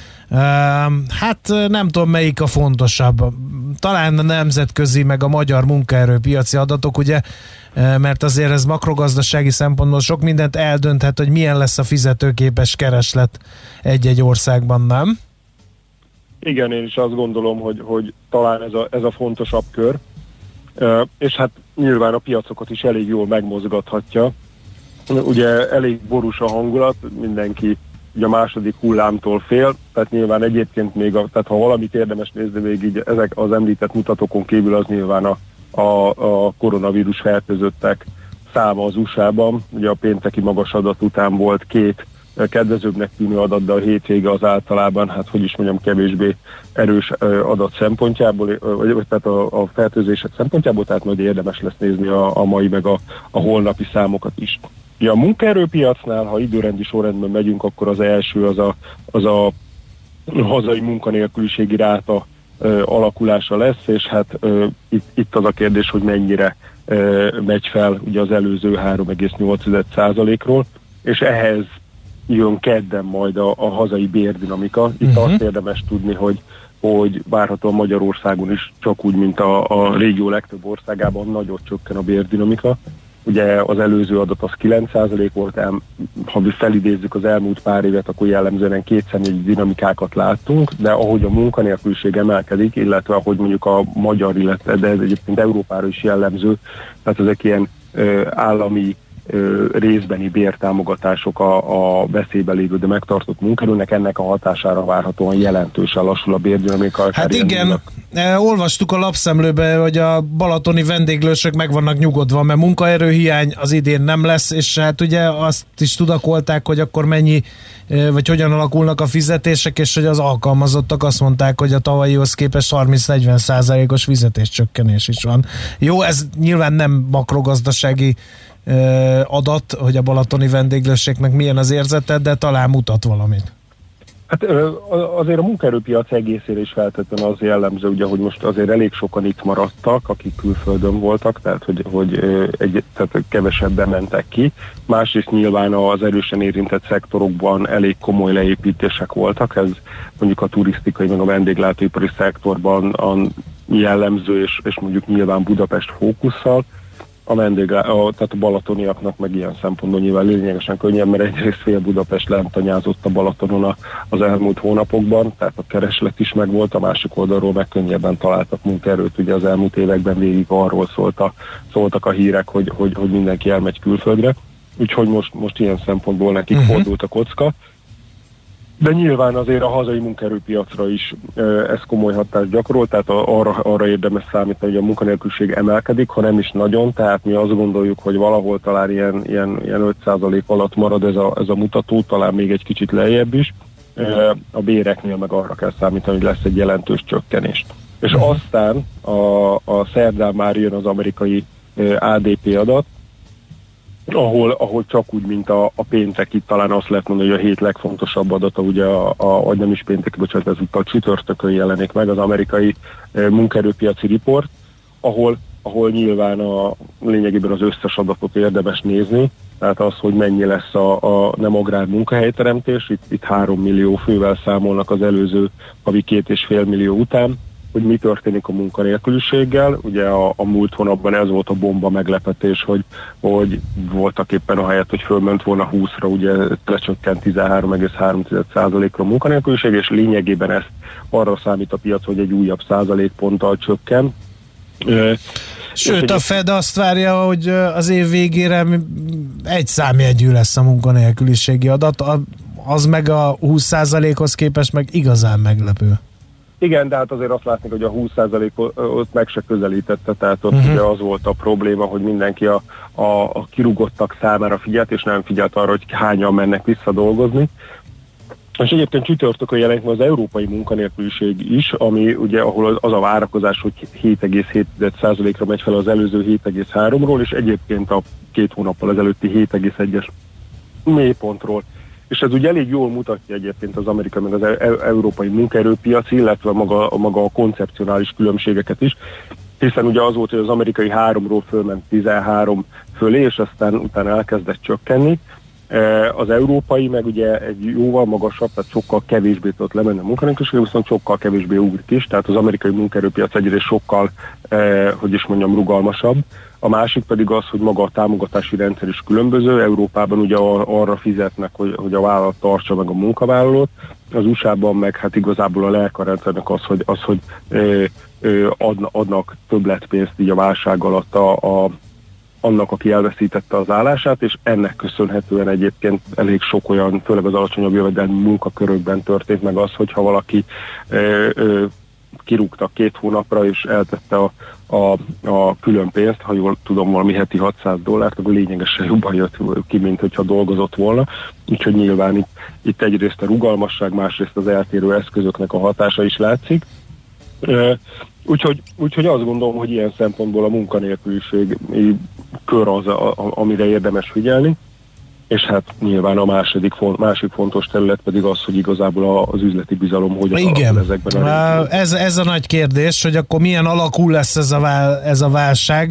Hát nem tudom, melyik a fontosabb. Talán a nemzetközi meg a magyar munkaerőpiaci adatok, ugye, mert azért ez makrogazdasági szempontból sok mindent eldönthet, hogy milyen lesz a fizetőképes kereslet egy-egy országban, nem? Igen, én is azt gondolom, hogy talán ez a fontosabb kör, és hát nyilván a piacokat is elég jól megmozgathatja. Ugye elég borús a hangulat, mindenki ugye a második hullámtól fél, tehát nyilván egyébként még, tehát ha valamit érdemes nézni még így ezek az említett mutatókon kívül, az nyilván a koronavírus fertőzöttek száma az USA-ban. Ugye a pénteki magas adat után volt két kedvezőbbnek tűnő adat, de a hétvége az általában, hát hogy is mondjam, kevésbé erős adat szempontjából, vagy tehát a fertőzések szempontjából, tehát majd érdemes lesz nézni a mai meg a holnapi számokat is. Ja, a munkaerőpiacnál, ha időrendi sorrendben megyünk, akkor az első az a hazai munkanélküliségi ráta alakulása lesz, és hát itt az a kérdés, hogy mennyire megy fel ugye az előző 3,8%-ról, és ehhez jön kedden majd a hazai bérdinamika. Itt azt érdemes tudni, hogy várhatóan Magyarországon is csak úgy, mint a régió legtöbb országában nagyot csökken a bérdinamika. Ugye az előző adat az 9% volt, ha mi felidézzük az elmúlt pár évet, akkor jellemzően kétszemjegyű dinamikákat láttunk, de ahogy a munkanélküliség emelkedik, illetve ahogy mondjuk a magyar, illetve de ez egyébként Európára is jellemző, tehát ezek ilyen állami részbeni bértámogatások a veszélybe lévő, de megtartott munkerőnek, ennek a hatására várhatóan jelentősen lassul a bérdinamika. Hát igen, olvastuk a lapszemlőbe, hogy a balatoni vendéglősök meg vannak nyugodva, mert munkaerőhiány az idén nem lesz, és hát ugye azt is tudakolták, hogy akkor mennyi, vagy hogyan alakulnak a fizetések, és hogy az alkalmazottak azt mondták, hogy a tavalyihoz képest 30-40%-os fizetéscsökkenés is van. Jó, ez nyilván nem makrogazdasági adat, hogy a balatoni vendéglőségnek milyen az érzete, de talán mutat valamit. Hát azért a munkaerőpiac egészére is feltétlenül az jellemző, ugye, hogy most azért elég sokan itt maradtak, akik külföldön voltak, tehát tehát kevesebben mentek ki. Másrészt nyilván az erősen érintett szektorokban elég komoly leépítések voltak, ez mondjuk a turisztikai meg a vendéglátóipari szektorban jellemző, és mondjuk nyilván Budapest fókusszal. Tehát a balatoniaknak meg ilyen szempontból nyilván lényegesen könnyebb, mert egyrészt fél Budapest lentanyázott a Balatonon az elmúlt hónapokban, tehát a kereslet is megvolt, a másik oldalról meg könnyebben találtak munkaerőt, ugye az elmúlt években végig arról szóltak a hírek, hogy mindenki elmegy külföldre, úgyhogy most ilyen szempontból nekik fordult a kocka. De nyilván azért a hazai munkaerőpiacra is ez komoly hatást gyakorol, tehát arra érdemes számítani, hogy a munkanélküliség emelkedik, ha nem is nagyon, tehát mi azt gondoljuk, hogy valahol talán ilyen 5% alatt marad ez a mutató, talán még egy kicsit lejjebb is. A béreknél meg arra kell számítani, hogy lesz egy jelentős csökkenés. És aztán a szerdán már jön az amerikai ADP adat, ahol csak úgy, mint a pénteki, talán azt lehet mondani, hogy a hét legfontosabb adata, ugye vagy nem is pénteki, bocsánat, ezúttal csütörtökön jelenik meg az amerikai munkaerőpiaci report, ahol nyilván lényegében az összes adatot érdemes nézni, tehát az, hogy mennyi lesz a nem agrár munkahelyteremtés, itt 3 millió fővel számolnak az előző havi 2,5 millió után, hogy mi történik a munkanélküliséggel. Ugye a múlt hónapban ez volt a bomba meglepetés, hogy voltak éppen ahelyett, hogy fölment volna 20-ra, ugye lecsökkent 13,3%-ra a munkanélküliség, és lényegében ezt arra számít a piac, hogy egy újabb százalékponttal csökken. Sőt, a Fed azt várja, hogy az év végére egy számjegyű lesz a munkanélküliségi adat, az meg a 20%-hoz képest meg igazán meglepő. Igen, de hát azért azt látni, hogy a 20%-ot meg se közelítette, tehát ott ugye az volt a probléma, hogy mindenki a kirúgottak számára figyelt, és nem figyelt arra, hogy hányan mennek vissza dolgozni. És egyébként csütörtökön jelent meg az európai munkanélküliség is, ami ugye, ahol az a várakozás, hogy 7,7%-ra megy fel az előző 7,3-ról, és egyébként a 2 hónappal ezelőtti 7,1-es mélypontról. És ez ugye elég jól mutatja egyébként az amerikai meg az európai munkaerőpiac, illetve maga a koncepcionális különbségeket is, hiszen ugye az volt, hogy az amerikai 3-ról fölment 13 fölé, és aztán utána elkezdett csökkenni. Az európai meg ugye egy jóval magasabb, tehát sokkal kevésbé tudott lemenni a munkanélküliség, viszont sokkal kevésbé ugrik is, tehát az amerikai munkaerőpiac egyrészt sokkal, rugalmasabb. A másik pedig az, hogy maga a támogatási rendszer is különböző. Európában ugye arra fizetnek, hogy a vállalat tartsa meg a munkavállalót. Az USA-ban meg hát igazából a lelkarendszernek az, hogy adnak többletpénzt így a válság alatt annak, aki elveszítette az állását, és ennek köszönhetően egyébként elég sok olyan, főleg az alacsonyabb jövedelmi munkakörökben történt meg az, hogyha valaki kirúgtak 2 hónapra, és eltette a külön pénzt, ha jól tudom, valami heti $600, akkor lényegesen jobban jött ki, mint hogyha dolgozott volna. Úgyhogy nyilván itt egyrészt a rugalmasság, másrészt az eltérő eszközöknek a hatása is látszik. Úgyhogy azt gondolom, hogy ilyen szempontból a munkanélküliség kör az, amire érdemes figyelni, és hát nyilván a másik fontos terület pedig az, hogy igazából az üzleti bizalom hogyan alakul ezekben a régiókban. Ez a nagy kérdés, hogy akkor milyen alakul lesz ez a válság.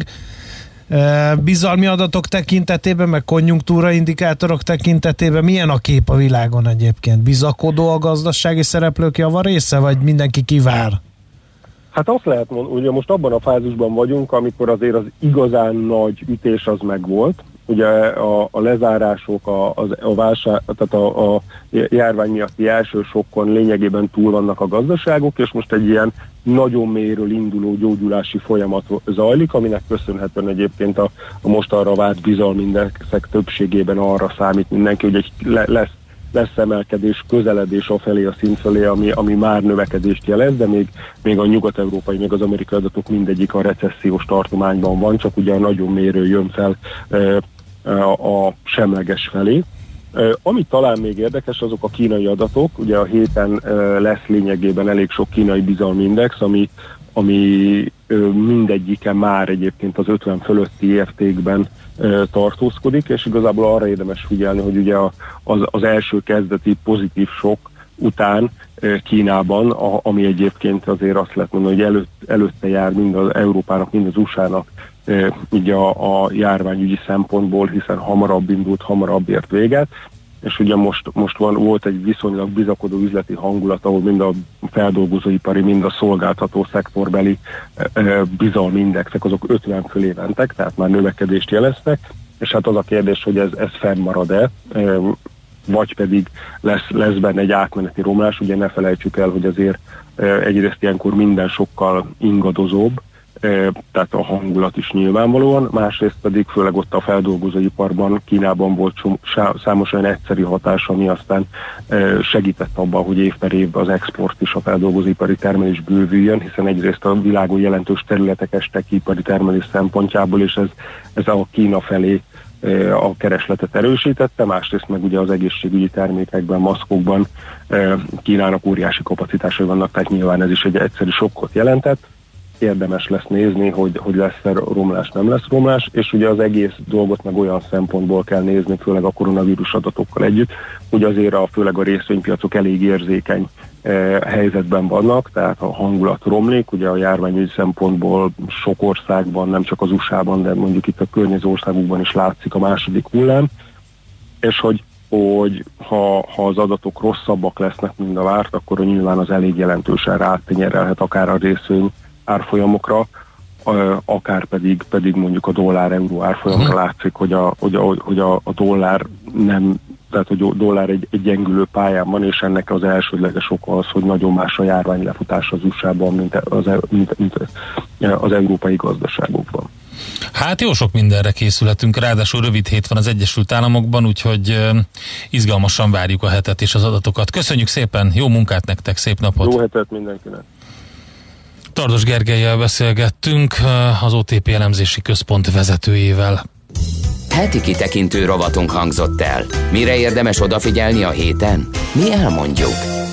Bizalmi adatok tekintetében, meg konjunktúra indikátorok tekintetében milyen a kép a világon egyébként? Bizakodó a gazdasági szereplők java része, vagy mindenki kivár? Hát azt lehet mondani, ugye most abban a fázisban vagyunk, amikor azért az igazán nagy ütés az megvolt. Ugye a lezárások, a válság, tehát a járvány miatti első sokkon lényegében túl vannak a gazdaságok, és most egy ilyen nagyon mélyről induló gyógyulási folyamat zajlik, aminek köszönhetően egyébként a mostanra várt bizalmindexek többségében arra számít mindenki, hogy lesz emelkedés, közeledés afelé a szint felé, ami már növekedést jelent, de még a nyugat-európai, még az amerikai adatok mindegyik a recessziós tartományban van, csak ugye nagyon mélyről jön fel a semleges felé. Ami talán még érdekes, azok a kínai adatok. Ugye a héten lesz lényegében elég sok kínai bizalmindex, ami mindegyike már egyébként az 50 fölötti értékben tartózkodik, és igazából arra érdemes figyelni, hogy ugye az első kezdeti pozitív sok után Kínában, ami egyébként azért azt lehet mondani, hogy előtte jár mind az Európának, mind az USA-nak így a járványügyi szempontból, hiszen hamarabb indult, hamarabb ért véget, és ugye most volt egy viszonylag bizakodó üzleti hangulat, ahol mind a feldolgozóipari, mind a szolgáltató szektorbeli bizalmi indexek azok 50 fölé mentek, tehát már növekedést jeleztek, és hát az a kérdés, hogy ez fennmarad-e, vagy pedig lesz benne egy átmeneti romlás. Ugye ne felejtsük el, hogy azért egyrészt ilyenkor minden sokkal ingadozóbb, tehát a hangulat is nyilvánvalóan, másrészt pedig főleg ott a feldolgozóiparban, Kínában volt számos olyan egyszeri hatás, ami aztán segített abban, hogy év per évben az export is, a feldolgozóipari termelés bővüljön, hiszen egyrészt a világon jelentős területek estek ipari termelés szempontjából, és ez a Kína felé a keresletet erősítette, másrészt meg ugye az egészségügyi termékekben, maszkokban Kínának óriási kapacitásai vannak, tehát nyilván ez is egy egyszerű sokkot jelentett. Érdemes lesz nézni, hogy lesz-e romlás, nem lesz romlás, és ugye az egész dolgot meg olyan szempontból kell nézni, főleg a koronavírus adatokkal együtt, hogy azért főleg a részvénypiacok elég érzékeny helyzetben vannak, tehát a hangulat romlik, ugye a járványügyi szempontból sok országban, nem csak az USA-ban, de mondjuk itt a környező országokban is látszik a második hullám, és hogy ha az adatok rosszabbak lesznek, mint a várt, akkor nyilván az elég jelentősen rátényerelhet akár a részvény árfolyamokra, akár pedig mondjuk a dollár-euró árfolyamra látszik, hogy a dollár nem, tehát hogy a dollár egy gyengülő pályán van, és ennek az elsődleges oka az, hogy nagyon más a járvány lefutás az USA-ban, mint az európai gazdaságokban. Hát jó sok mindenre készülhetünk, ráadásul rövid hét van az Egyesült Államokban, úgyhogy izgalmasan várjuk a hetet és az adatokat. Köszönjük szépen, jó munkát nektek, szép napot! Jó hetet mindenkinek! Tardos Gergellyel beszélgettünk, az OTP elemzési központ vezetőjével. Heti kitekintő rovatunk hangzott el. Mire érdemes odafigyelni a héten? Mi elmondjuk.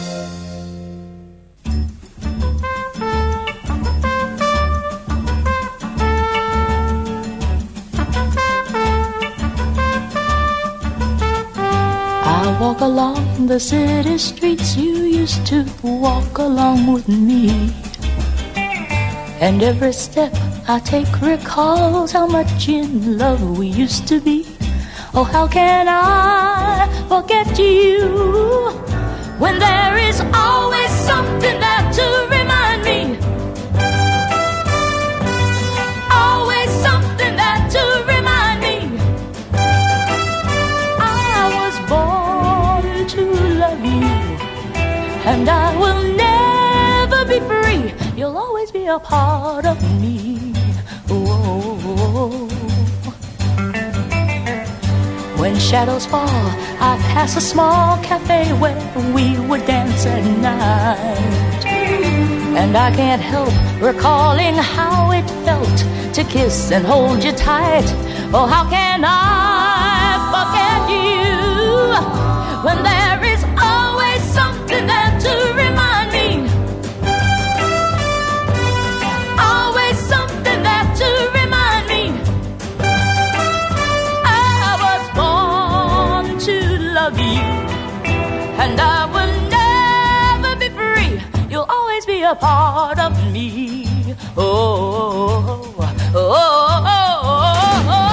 I walk along the city streets you used to walk along with me. And every step I take recalls how much in love we used to be. Oh, how can I forget you when there is always something there to remind me? Always something there to remind me. I was born to love you, and I will never be free. You'll always be a part of me. Oh. When shadows fall, I pass a small cafe where we would dance at night. And I can't help recalling how it felt to kiss and hold you tight. Oh, how can I forget you when there is always something there to remind me? Always something there to remind me. I was born to love you, and I will never be free. You'll always be a part of me. Oh, oh, oh, oh, oh, oh.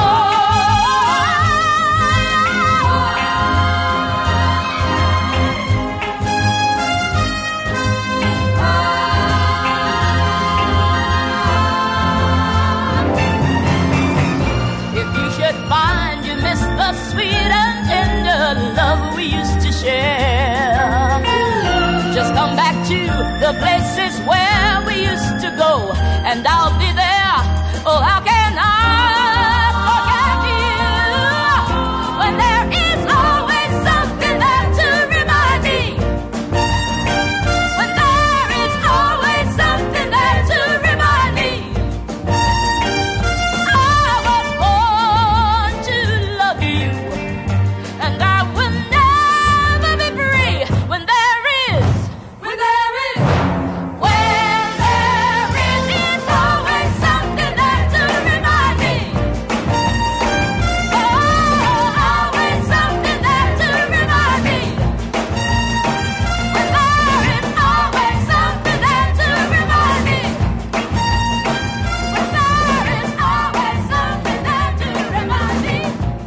Sweet and tender love we used to share. Just come back to the places where we used to go, and I'll be there. Oh, how can I forget you when there is always something there to remind me? When there is always something there to remind me. I was born to love you, and I will never be free when there is always something there to remind me. Oh, always something there to remind me. When there is always something there to remind me. When there is always something there to remind me.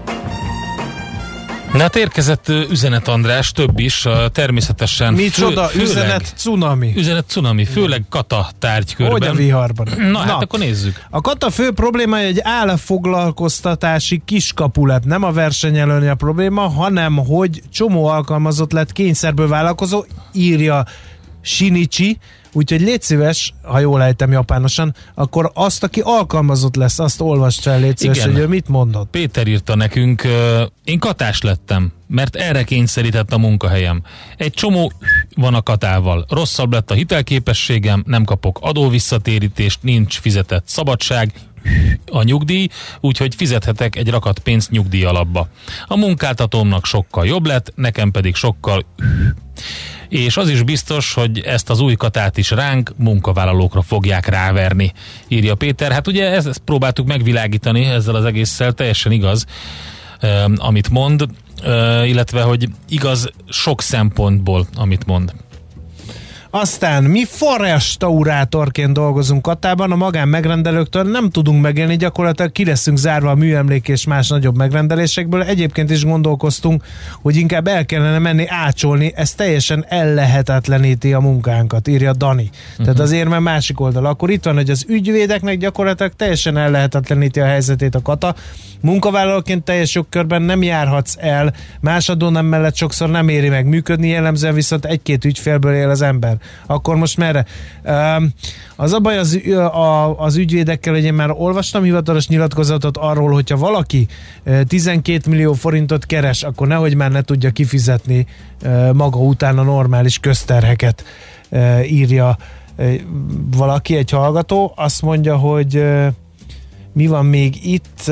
Hát érkezett üzenet, András, több is, természetesen. Micsoda? Üzenet cunami. Üzenet cunami, főleg kata tárgykörben. Hogy a viharban. Na, hát akkor nézzük. A kata fő problémája egy álfoglalkoztatási kiskapu lett. Nem a versenyelőni a probléma, hanem hogy csomó alkalmazott lett kényszerből vállalkozó, írja Shinichi. Úgyhogy légy szíves, ha jól ejtem japánosan, akkor azt, aki alkalmazott lesz, azt olvasd fel, légy szíves, hogy ő mit mondott. Péter írta nekünk, én katás lettem, mert erre kényszerített a munkahelyem. Egy csomó van a katával. Rosszabb lett a hitelképességem, nem kapok adóvisszatérítést, nincs fizetett szabadság, a nyugdíj, úgyhogy fizethetek egy rakat pénzt nyugdíj alapba. A munkáltatómnak sokkal jobb lett, nekem pedig sokkal... És az is biztos, hogy ezt az új katát is ránk, munkavállalókra fogják ráverni, írja Péter. Hát ugye ezt próbáltuk megvilágítani ezzel az egésszel, teljesen igaz, amit mond, illetve, hogy igaz sok szempontból, amit mond. Aztán mi forrestaurátorként dolgozunk Katában, a magán megrendelőktől nem tudunk megélni, gyakorlatilag ki leszünk zárva a műemlék és más nagyobb megrendelésekből. Egyébként is gondolkoztunk, hogy inkább el kellene menni ácsolni, ez teljesen ellehetetleníti a munkánkat, írja Dani. Tehát az érme másik oldal. Akkor itt van, hogy az ügyvédeknek gyakorlatilag teljesen ellehetetleníti a helyzetét a Kata. Munkavállalóként teljes jogkörben nem járhatsz el, más adónem mellett sokszor nem éri meg működni, jellemzően viszont egy-két ügyfélből él az ember. Akkor most merre? Az a baj az ügyvédekkel, hogy én már olvastam hivatalos nyilatkozatot arról, hogyha valaki 12 millió forintot keres, akkor nehogy már ne tudja kifizetni maga után a normális közterheket, írja valaki, egy hallgató, azt mondja, hogy mi van még itt.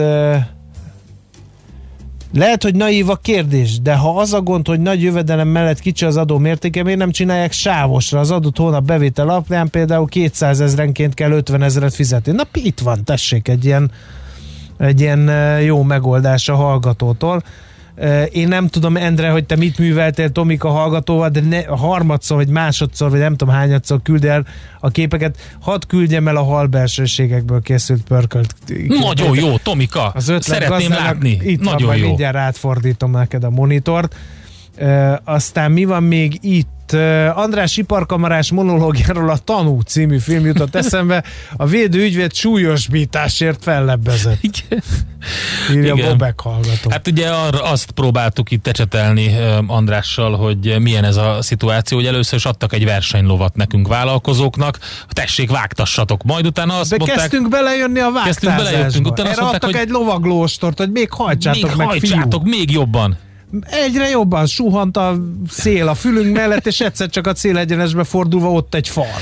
Lehet, hogy naív a kérdés, de ha az a gond, hogy nagy jövedelem mellett kicsi az adó mértéke, miért nem csinálják sávosra? Az adott hónap bevétel alapján például 200 000-enként kell 50 000-et fizetni. Na, itt van, tessék, egy ilyen jó megoldás a hallgatótól. Én nem tudom, Endre, hogy te mit műveltél Tomika hallgatóval, de harmadszor, vagy másodszor, vagy nem tudom hányadszor küld el a képeket. Hadd küldjem el a halbelsőségekből készült pörkölt. Nagyon jó, Tomika. Az szeretném látni. Itt nagyon van, jó. Mindjárt átfordítom neked a monitort. Aztán mi van még itt? András iparkamarás monológiáról a Tanú című film jutott eszembe. A védőügyvéd súlyosbításért fellebbezett. Írja Bobek hallgató. Hát ugye azt próbáltuk itt ecsetelni Andrással, hogy milyen ez a szituáció, hogy először is adtak egy versenylovat nekünk vállalkozóknak, tessék, vágtassatok, majd utána azt mondták... kezdtünk belejönni a vágtázásba. Utána erre adtak hogy egy lovaglóstort, hogy még hajtsátok meg, fiú. még jobban. Egyre jobban suhant a szél a fülünk mellett, és egyszer csak a célegyenesbe fordulva ott egy fal.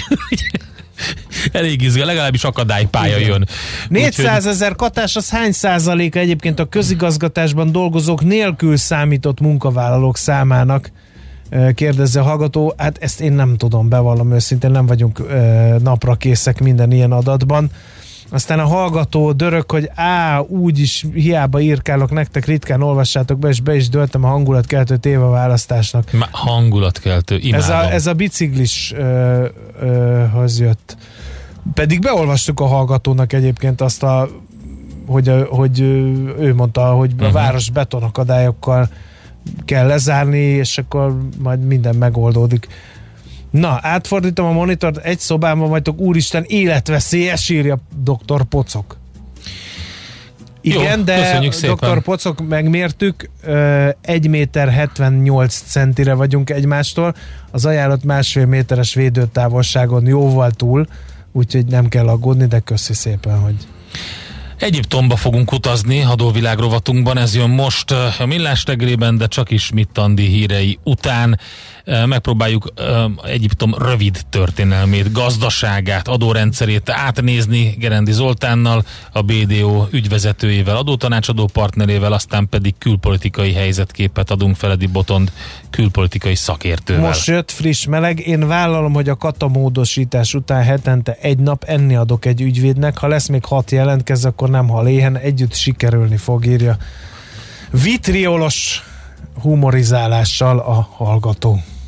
Elég izgal, legalábbis akadálypálya jön. 400 000 katás, az hány százaléka egyébként a közigazgatásban dolgozók nélkül számított munkavállalók számának? Kérdezze a hallgató. Hát ezt én nem tudom, bevallom őszintén, nem vagyunk napra készek minden ilyen adatban. Aztán a hallgató dörög, hogy úgyis hiába írkálok nektek, ritkán olvassátok be, és be is döltem a hangulatkeltő témaválasztásnak. Hangulatkeltő, imádom. Ez a biciklishoz jött. Pedig beolvastuk a hallgatónak egyébként azt hogy ő mondta, hogy a város betonakadályokkal kell lezárni, és akkor majd minden megoldódik. Na, átfordítom a monitort, egy szobában vagytok, úristen, életveszélyes, írja Dr. Pocok. Igen, jó, de Dr. Pocok, megmértük, 1 méter 78 centire vagyunk egymástól, az ajánlott 1,5 méteres védőtávolságon jóval túl, úgyhogy nem kell aggódni, de köszi szépen, hogy... Egyiptomba fogunk utazni adóvilág rovatunkban, ez jön most a Millás reggelében, de csak is Schmidt Andi hírei után. Megpróbáljuk Egyiptom rövid történelmét, gazdaságát, adórendszerét átnézni Gerendi Zoltánnal, a BDO ügyvezetőjével, adótanácsadó partnerével, aztán pedig külpolitikai helyzetképet adunk Feledi Botond külpolitikai szakértővel. Most jött friss meleg, én vállalom, hogy a katamódosítás után hetente egy nap enni adok egy ügyvédnek, ha lesz még 6 jelentkező, akkor nem hal éhen, együtt sikerülni fog, írja vitriolos humorizálással a hallgató.